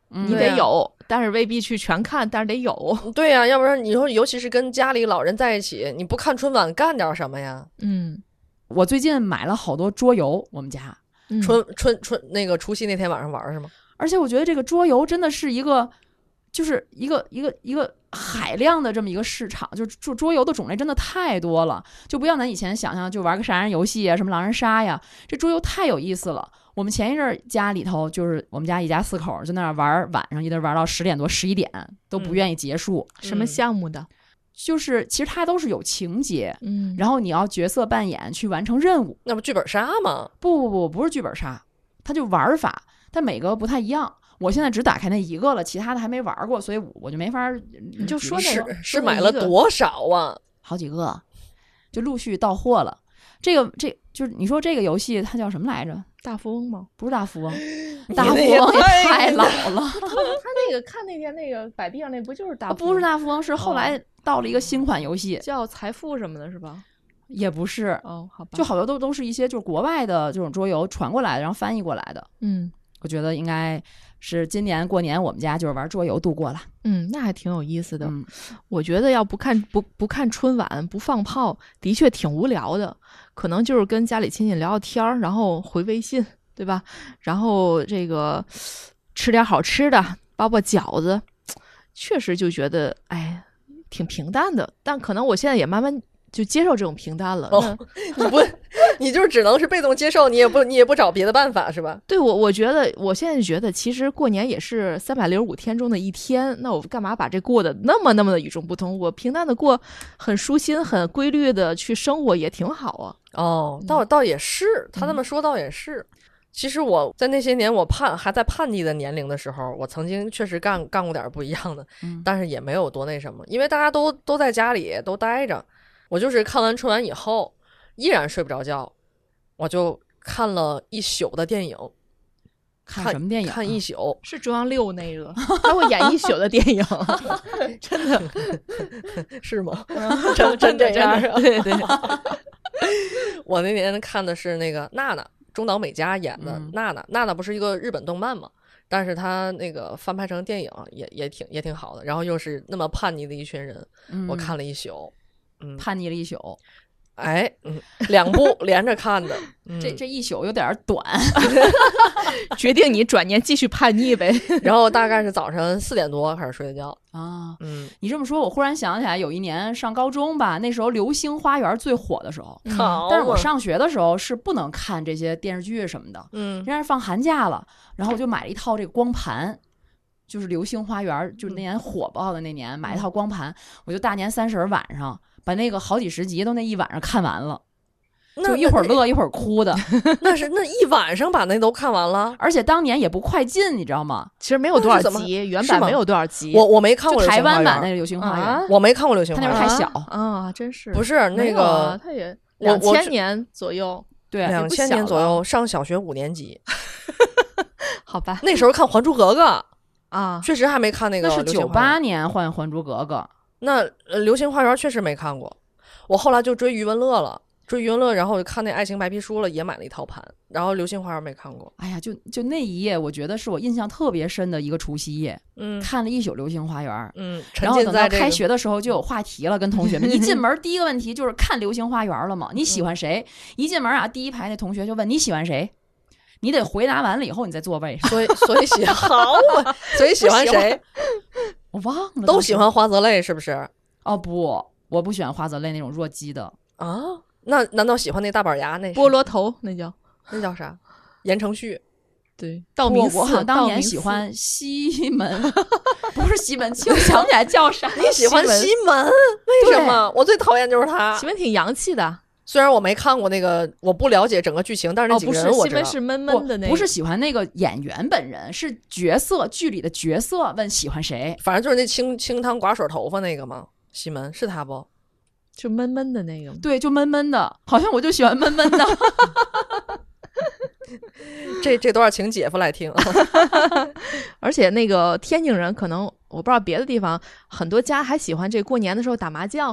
你得有，但是未必去全看，但是得有。 对呀，要不然你说，尤其是跟家里老人在一起，你不看春晚干点什么呀？ 我最近买了好多桌游，我们家那个除夕那天晚上玩是吗？ 而且我觉得这个桌游真的是一个，就是一个海量的这么一个市场，就是桌游的种类真的太多了，就不像咱以前想象，就玩个杀人游戏啊，什么狼人杀呀，这桌游太有意思了。我们前一阵家里头就是我们家一家4口就那儿玩，晚上一直玩到10点多11点都不愿意结束。 什么项目的？ 就是其实它都是有情节，然后你要角色扮演去完成任务。 那不剧本杀吗？ 不是剧本杀，它就玩法，但每个不太一样。我现在只打开那一个了，其他的还没玩过，所以我就没法。 你就说那个是买了多少啊？ 好几个，就陆续到货了。这就是你说这个游戏它叫什么来着？ 大富翁吗？ 不是大富翁，大富翁也太老了。 他那个看那天那个摆地上那不就是大富翁？ 不是大富翁，是后来到了一个新款游戏， 叫财富什么的，是吧？ 也不是哦，好吧， 就好多都是一些就是国外的这种桌游传过来的，然后翻译过来的。我觉得应该是今年过年我们家就是玩桌游度过了。 那还挺有意思的。我觉得要不看春晚不放炮，的确挺无聊的。可能就是跟家里亲戚聊聊天儿，然后回微信，对吧？然后这个吃点好吃的，包饺子，确实就觉得哎挺平淡的。但可能我现在也慢慢就接受这种平淡了。 你就是只能是被动接受，你也不找别的办法是吧？ 对，我觉得我现在觉得其实过年也是365天中的一天，那我干嘛把这过得那么的与众不同？我平淡的过，很舒心很规律的去生活也挺好啊。 倒也是，他那么说倒也是。其实我在那些年还在叛逆的年龄的时候，我曾经确实干过点不一样的，但是也没有多那什么，因为大家都在家里都待着。我就是看完春晚以后依然睡不着觉，我就看了一宿的电影。 看什么电影？ 看一宿。 是中央6那个，他会演一宿的电影。 真的是吗？真这样？ 对对。 我那年看的是那个娜娜，中岛美嘉演的娜娜不是一个日本动漫嘛，但是他那个翻拍成电影也挺好的，然后又是那么叛逆的一群人，我看了一宿。 叛逆了一宿 ，2部连着看的。 这一宿有点短。 决定你转年继续叛逆呗。 然后大概是早晨4点多开始睡的觉啊。你这么说，我忽然想起来，有一年上高中吧，那时候《流星花园》最火的时候。但是我上学的时候是不能看这些电视剧什么的。人家是放寒假了，然后我就买了一套这个光盘。就是《流星花园》，就是那年火爆的那年，买一套光盘，我就大年30晚上把那个好几十集都那一晚上看完了，就一会儿乐一会儿哭的。 那一晚上把那都看完了， 而且当年也不快进，你知道吗？ 其实没有多少集，原版没有多少集。 我没看过台湾版那个《流星花园》， 我没看过《流星花园》， 他那时候太小啊，真是不是那个， 他也2000年左右， 对 ，2000年左右上小学5年级。 好吧， 那时候看《还珠格格》。 啊， 确实还没看那个。 那是98年换《还珠格格》。 那流星花园确实没看过。我后来就追余文乐了，然后看那《爱情白皮书》了，也买了一套盘。然后流星花园没看过。 哎呀，就那一夜，我觉得是我印象特别深的一个除夕夜。看了一宿流星花园。 然后等到开学的时候就有话题了，跟同学们一进门第一个问题就是看流星花园了吗？你喜欢谁？一进门啊，第一排那同学就问你喜欢谁？你得回答完了以后你再座位上。 所以喜欢谁？ 我忘了。 都喜欢花泽类是不是？ 哦不，我不喜欢花泽类那种弱鸡的啊。那难道喜欢那大板牙那菠萝头那叫啥？言承旭。 对，道明寺。 我好像当年喜欢西门，不是西门庆，我想不起来叫啥。 你喜欢西门？为什么？我最讨厌就是他。 西门挺洋气的。 虽然我没看过那个，我不了解整个剧情，但是那几个人我知道。 西门是闷闷的那个， 不是喜欢那个演员本人，是角色剧里的角色问喜欢谁。 反正就是那清汤寡水头发那个嘛，西门是他不？ 就闷闷的那个。 对，就闷闷的，好像我就喜欢闷闷的。 这段请姐夫来听。 而且那个天津人可能我不知道别的地方很多家还喜欢这过年的时候打麻将。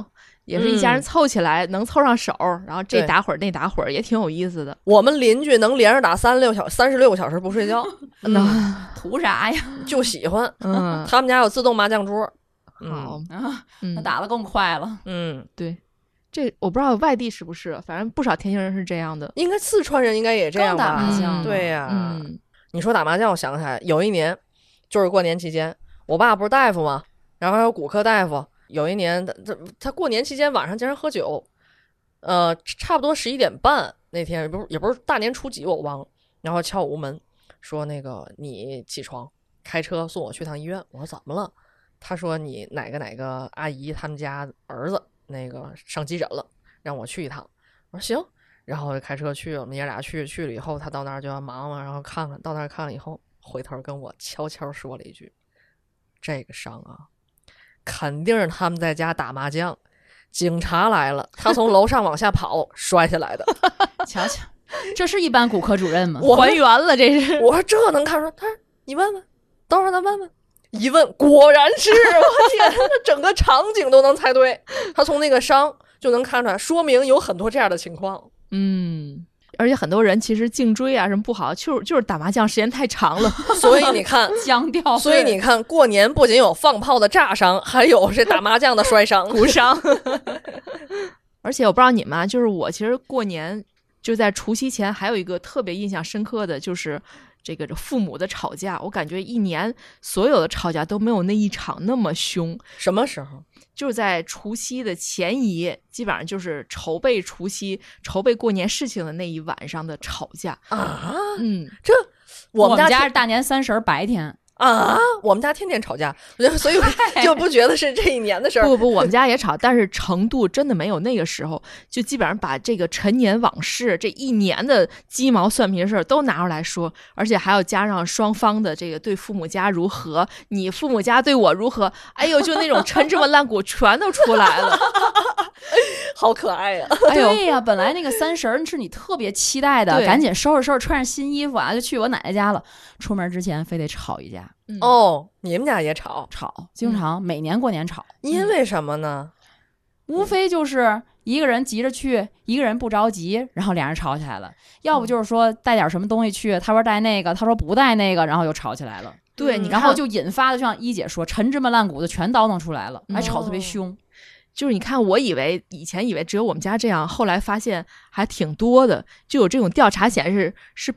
也是一家人凑起来能凑上手，然后这打会儿那打会儿也挺有意思的。 我们邻居能连着打36个小时不睡觉， 图啥呀？ 就喜欢。他们家有自动麻将桌。 好， 那打得更快了。 对，这我不知道外地是不是，反正不少天津人是这样的。 应该四川人应该也这样吧？ 打麻将， 对呀。你说打麻将，我想起来有一年，就是过年期间，我爸不是大夫嘛，然后还有骨科大夫。有一年，他过年期间晚上经常喝酒，差不多11点半那天，也不是大年初几我忘了，然后敲我屋门，说那个你起床，开车送我去趟医院。我说怎么了？他说你哪个阿姨他们家儿子那个上急诊了，让我去一趟。我说行，然后开车去，我们爷俩去了以后，他到那儿就要忙嘛，然后看看，到那儿看了以后，回头跟我悄悄说了一句：“这个伤啊，肯定是他们在家打麻将，警察来了，他从楼上往下跑摔下来的。” 瞧瞧，这是一般骨科主任吗？ 我还原了，这是。 我说这能看出来？他说你问问，等会儿咱问问。一问果然是，我天，这整个场景都能猜对。他从那个伤就能看出来，说明有很多这样的情况。 而且很多人其实颈椎啊什么不好，就是打麻将时间太长了， 所以你看僵掉。 所以你看，过年不仅有放炮的炸伤，还有这打麻将的摔伤、 骨伤。而且我不知道你们啊，就是我其实过年就在除夕前还有一个特别印象深刻的就是这个父母的吵架。我感觉一年所有的吵架都没有那一场那么凶。 什么时候？ 就是在除夕的前一夜，基本上就是筹备除夕、筹备过年事情的那一晚上的吵架啊。 这我们家是大年30白天啊，我们家天天吵架，所以就不觉得是这一年的事儿。 不，我们家也吵，但是程度真的没有那个时候，就基本上把这个陈年往事、这一年的鸡毛蒜皮的事儿都拿出来说，而且还要加上双方的这个对父母家如何，你父母家对我如何，哎呦，就那种陈芝麻烂谷全都出来了。 好可爱呀！ 对呀，本来那个30是你特别期待的，赶紧收拾，穿上新衣服啊，就去我奶奶家了。出门之前非得吵一架。 你们家也吵， 经常每年过年吵。 因为什么呢？ 无非就是一个人急着去，一个人不着急，然后俩人吵起来了。要不就是说带点什么东西去，他说带那个，他说不带那个，然后又吵起来了。 对， 然后就引发的，就像一姐说，陈芝麻烂谷的全叨弄出来了，还吵特别凶。 就是你看，我以前以为只有我们家这样，后来发现还挺多的。就有这种调查显示，是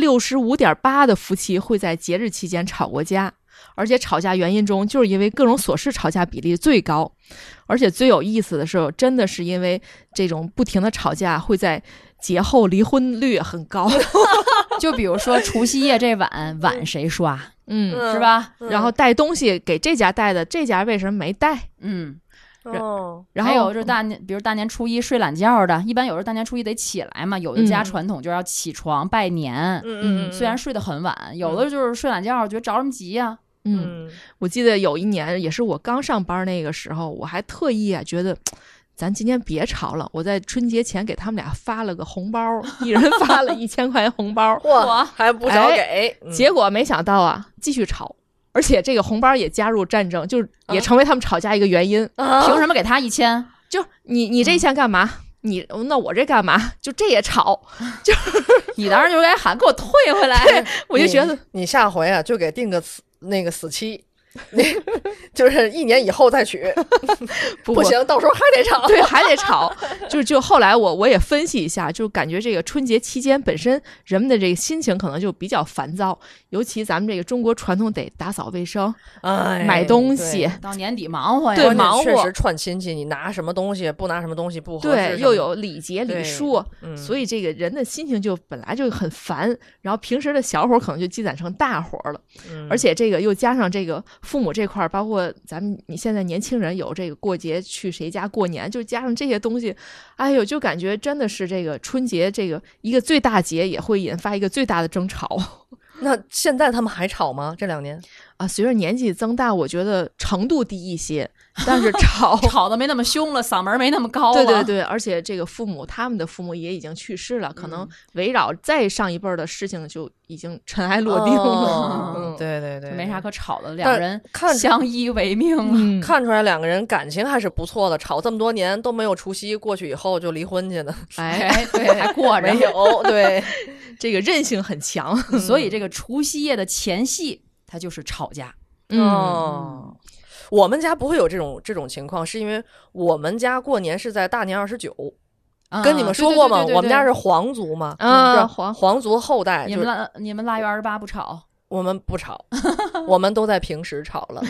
65.8%的夫妻会在节日期间吵过架，而且吵架原因中就是因为各种琐事吵架比例最高。而且最有意思的是，真的是因为这种不停的吵架会在节后离婚率很高。 就比如说除夕夜这碗谁刷，是吧？ 然后带东西给这家带的，这家为什么没带？ 然后还有就是比如大年初一睡懒觉的，一般有时候大年初一得起来嘛，有的家传统就要起床拜年。虽然睡得很晚，有的就是睡懒觉，觉得着什么急呀？ 我记得有一年也是我刚上班那个时候，我还特意觉得咱今天别吵了，我在春节前给他们俩发了个红包，一人发了1000块钱红包， 哇，还不少给。 结果没想到继续吵。而且这个红包也加入战争，就是也成为他们吵架一个原因。 凭什么给他1000？ 就你这1000干嘛？那我这干嘛？就这也吵，就你当时就该喊给我退回来。 我就觉得你下回就给定个死期。就是1年以后再娶，不行，到时候还得吵。 对，还得吵。就后来我也分析一下，就感觉这个春节期间本身人们的这个心情可能就比较烦躁，尤其咱们这个中国传统得打扫卫生，买东西， 到年底忙活呀。 对，忙活。 确实串亲戚，你拿什么东西不拿什么东西不合适。 对，又有礼节礼数，所以这个人的心情就本来就很烦，然后平时的小火可能就积攒成大火了。而且这个又加上这个父母这块，包括你现在年轻人有这个过节去谁家过年，就加上这些东西，哎呦，就感觉真的是这个春节这个一个最大节也会引发一个最大的争吵。 那现在他们还吵吗？这2年？ 随着年纪增大，我觉得程度低一些，但是吵的没那么凶了，嗓门没那么高了。 对对对，而且这个他们的父母也已经去世了，可能围绕再上一辈的事情就已经尘埃落定了。 对对对， 没啥可吵的，两人看相依为命看出来两个人感情还是不错的，吵这么多年都没有除夕，过去以后就离婚去的。 哎，对，还过着没有，对， 这个韧性很强。 所以这个除夕夜的前戏，它就是吵架。 我们家不会有这种情况，是因为我们家过年是在大年29。跟你们说过吗？我们家是皇族嘛，皇族后代。 你们腊月28不吵？ 我们不吵，我们都在平时吵了。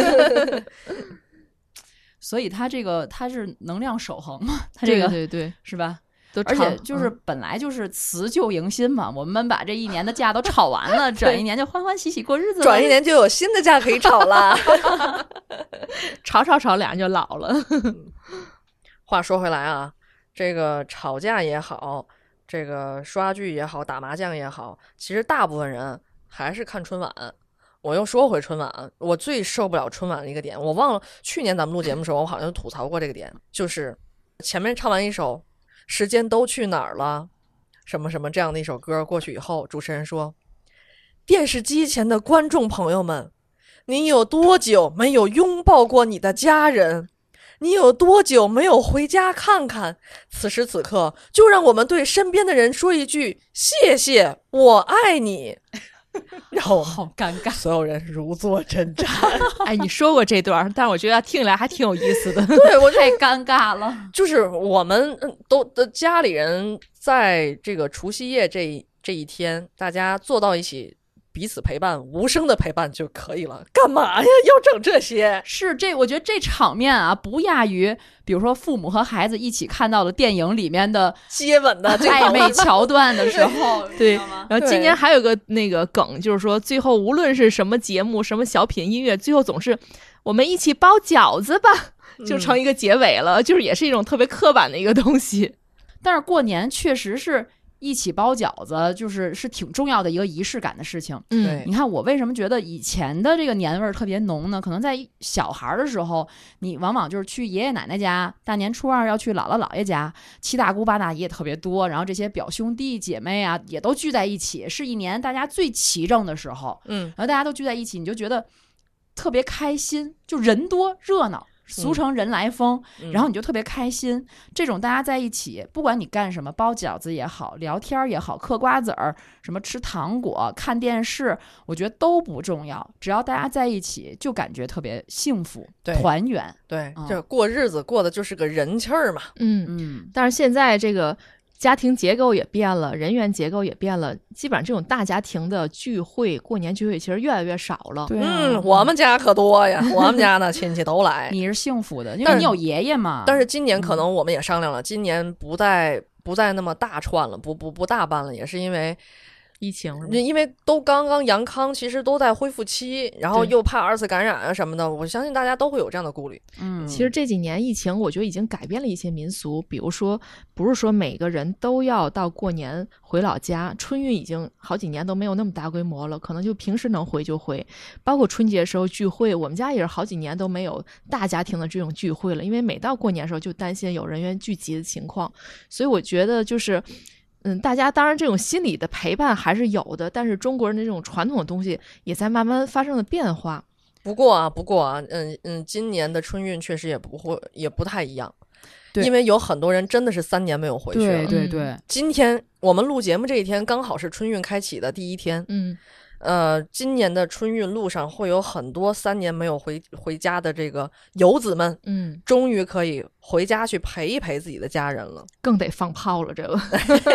所以它是能量守恒嘛，它这个对是吧？而且就是本来就是辞旧迎新嘛，我们把这一年的假都吵完了，转一年就欢欢喜喜过日子了， 转一年就有新的假可以吵了。 吵俩人就老了。 话说回来啊，这个吵架也好，这个刷剧也好，打麻将也好，其实大部分人还是看春晚。我又说回春晚，我最受不了春晚的一个点，我忘了去年咱们录节目的时候，我好像吐槽过这个点，就是前面唱完一首时间都去哪儿了什么什么这样的一首歌过去以后，主持人说，电视机前的观众朋友们，你有多久没有拥抱过你的家人？你有多久没有回家看看？此时此刻，就让我们对身边的人说一句谢谢，我爱你。然后好尴尬， 所有人如坐针毡。 哎，你说过这段，但是我觉得听起来还挺有意思的。 对，我太尴尬了。 就是我们都的家里人在这个除夕夜这一天，大家坐到一起，彼此陪伴，无声的陪伴就可以了。干嘛呀？要整这些？ 是我觉得这场面啊，不亚于比如说父母和孩子一起看到的电影里面的接吻的暧昧桥段的时候。 对，然后今年还有个那个梗，就是说最后无论是什么节目、什么小品、音乐，最后总是我们一起包饺子吧，就成一个结尾了，就是也是一种特别刻板的一个东西。 但是过年确实是一起包饺子，是挺重要的一个仪式感的事情。 对， 你看我为什么觉得以前的这个年味儿特别浓呢？可能在小孩的时候，你往往就是去爷爷奶奶家，大年初二要去姥姥姥爷家，七大姑八大姨也特别多，然后这些表兄弟姐妹啊也都聚在一起，是一年大家最齐整的时候。然后大家都聚在一起，你就觉得特别开心，就人多热闹。俗称人来疯，然后你就特别开心。这种大家在一起，不管你干什么，包饺子也好，聊天也好，嗑瓜子儿，什么吃糖果、看电视，我觉得都不重要。只要大家在一起，就感觉特别幸福、团圆。 对，这过日子过的就是个人气儿嘛。 但是现在这个家庭结构也变了，人员结构也变了，基本上这种大家庭的聚会，过年聚会其实越来越少了。 对我们家可多呀，我们家呢亲戚都来。 你是幸福的，因为你有爷爷嘛。 但是今年可能我们也商量了，今年不再那么大串了，不大办了，也是因为疫情， 因为都刚刚阳康，其实都在恢复期，然后又怕二次感染啊什么的，我相信大家都会有这样的顾虑。 其实这几年疫情，我觉得已经改变了一些民俗，比如说不是说每个人都要到过年回老家，春运已经好几年都没有那么大规模了，可能就平时能回就回，包括春节的时候聚会，我们家也是好几年都没有大家庭的这种聚会了，因为每到过年的时候就担心有人员聚集的情况，所以我觉得就是大家当然这种心理的陪伴还是有的，但是中国人的这种传统的东西也在慢慢发生了变化。 不过啊，今年的春运确实也不太一样，因为有很多人真的是3年没有回去了。 对， 今天我们录节目这一天刚好是春运开启的第一天。今年的春运路上会有很多3年没有回家的这个游子们，终于可以回家去陪一陪自己的家人了， 更得放炮了这个。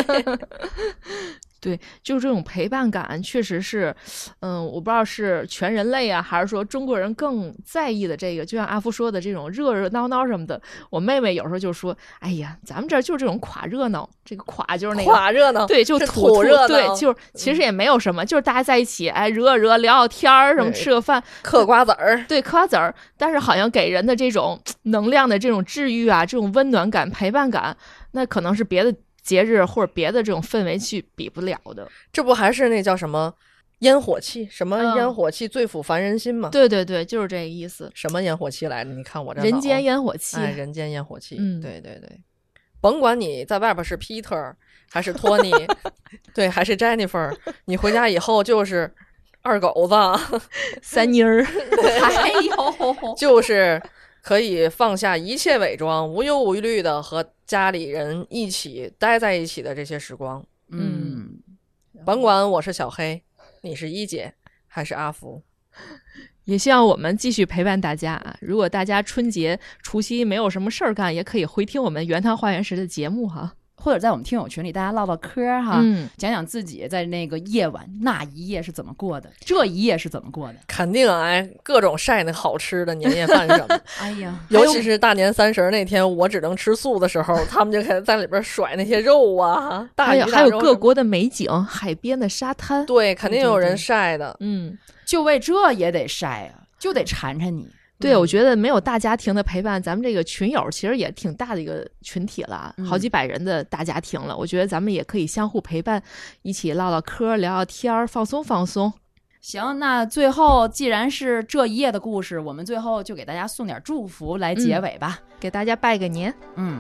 对，就是这种陪伴感确实是，我不知道是全人类啊，还是说中国人更在意的这个，就像阿福说的这种热热闹闹什么的。我妹妹有时候就说，哎呀，咱们这儿就是这种垮热闹，这个垮就是那个垮热闹， 对，就土热闹， 对，就是其实也没有什么，就是大家在一起，哎，热聊聊天儿，什么吃个饭， 嗑瓜子儿， 对，嗑瓜子儿，但是好像给人的这种能量的这种治愈啊，这种温暖感、陪伴感，那可能是别的节日或者别的这种氛围去比不了的。 这不还是那叫什么烟火气，什么嗯烟火气最抚凡人心嘛？ 对对对，就是这个意思。 什么烟火气来着？你看我这人间脑烟火气， 哎，人间烟火气。 嗯对对对，甭管你在外边是 Peter 还是托尼，对，还是 Jennifer， 你回家以后就是二狗子， 三妮儿， 哎呦， 就是可以放下一切伪装，无忧无虑的和家里人一起待在一起的这些时光。 嗯， 甭管我是小黑，你是一姐还是阿福， 也希望我们继续陪伴大家啊！如果大家春节除夕没有什么事儿干，也可以回听我们原汤化原食的节目哈。 或者在我们听友群里大家唠唠嗑哈， 嗯， 讲讲自己在那个夜晚那一夜是怎么过的，这一夜是怎么过的。 肯定哎，各种晒那好吃的年夜饭什么。 哎呀， 尤其是大年30那天，我只能吃素的时候，他们就开始在里边甩那些肉啊，大鱼大肉还有各国的美景，海边的沙滩， 对，肯定有人晒的。 嗯， 就为这也得晒啊，就得馋馋你。 对，我觉得没有大家庭的陪伴，咱们这个群友其实也挺大的一个群体了，好几百人的大家庭了。我觉得咱们也可以相互陪伴，一起唠唠嗑、聊聊天儿，放松放松。 行，那最后既然是这一夜的故事，我们最后就给大家送点祝福来结尾吧。 给大家拜个年。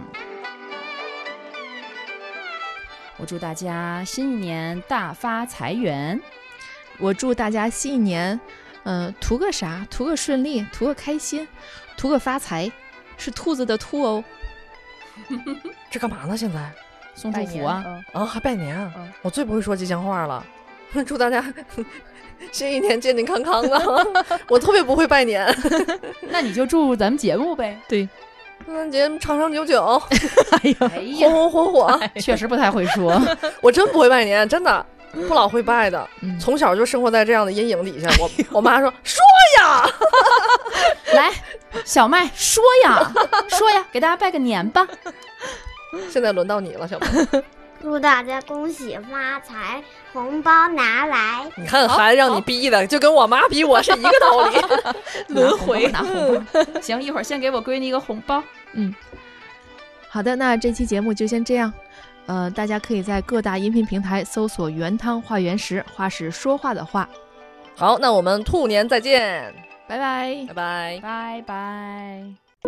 我祝大家新一年大发财源。 我祝大家新一年图个啥？图个顺利，图个开心，图个发财，是兔子的兔哦。 这干嘛呢？现在送祝福啊！ 啊，还拜年啊！我最不会说吉祥话了。祝大家新一年健健康康啊！我特别不会拜年。 那你就祝咱们节目呗。 对， 祝咱节目长长久久， 哎呀， 红红火火。 确实不太会说。 我真不会拜年，真的。不老会拜的，从小就生活在这样的阴影底下。我妈说呀， 来，小麦说呀，说呀，给大家拜个年吧。 现在轮到你了，小麦。 祝大家恭喜发财，红包拿来。 你看孩子让你逼的，就跟我妈逼我是一个道理。 轮回拿红包。行，一会儿先给我闺女一个红包。 好的，那这期节目就先这样。大家可以在各大音频平台搜索原汤化原食，话是说话的话。 好，那我们兔年再见， 拜拜， 拜拜， 拜拜。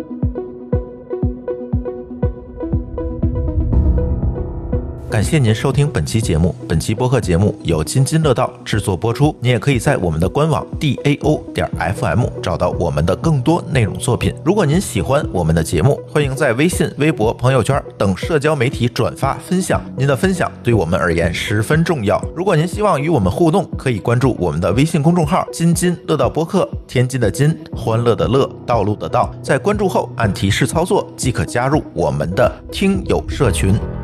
感谢您收听本期节目。本期播客节目由津津乐道制作播出。你也可以在我们的官网 DAO.FM 找到我们的更多内容作品。如果您喜欢我们的节目，欢迎在微信、微博、朋友圈等社交媒体转发分享。您的分享对我们而言十分重要。如果您希望与我们互动，可以关注我们的微信公众号津津乐道播客，天津的津，欢乐的乐，道路的道。在关注后按提示操作即可加入我们的听友社群。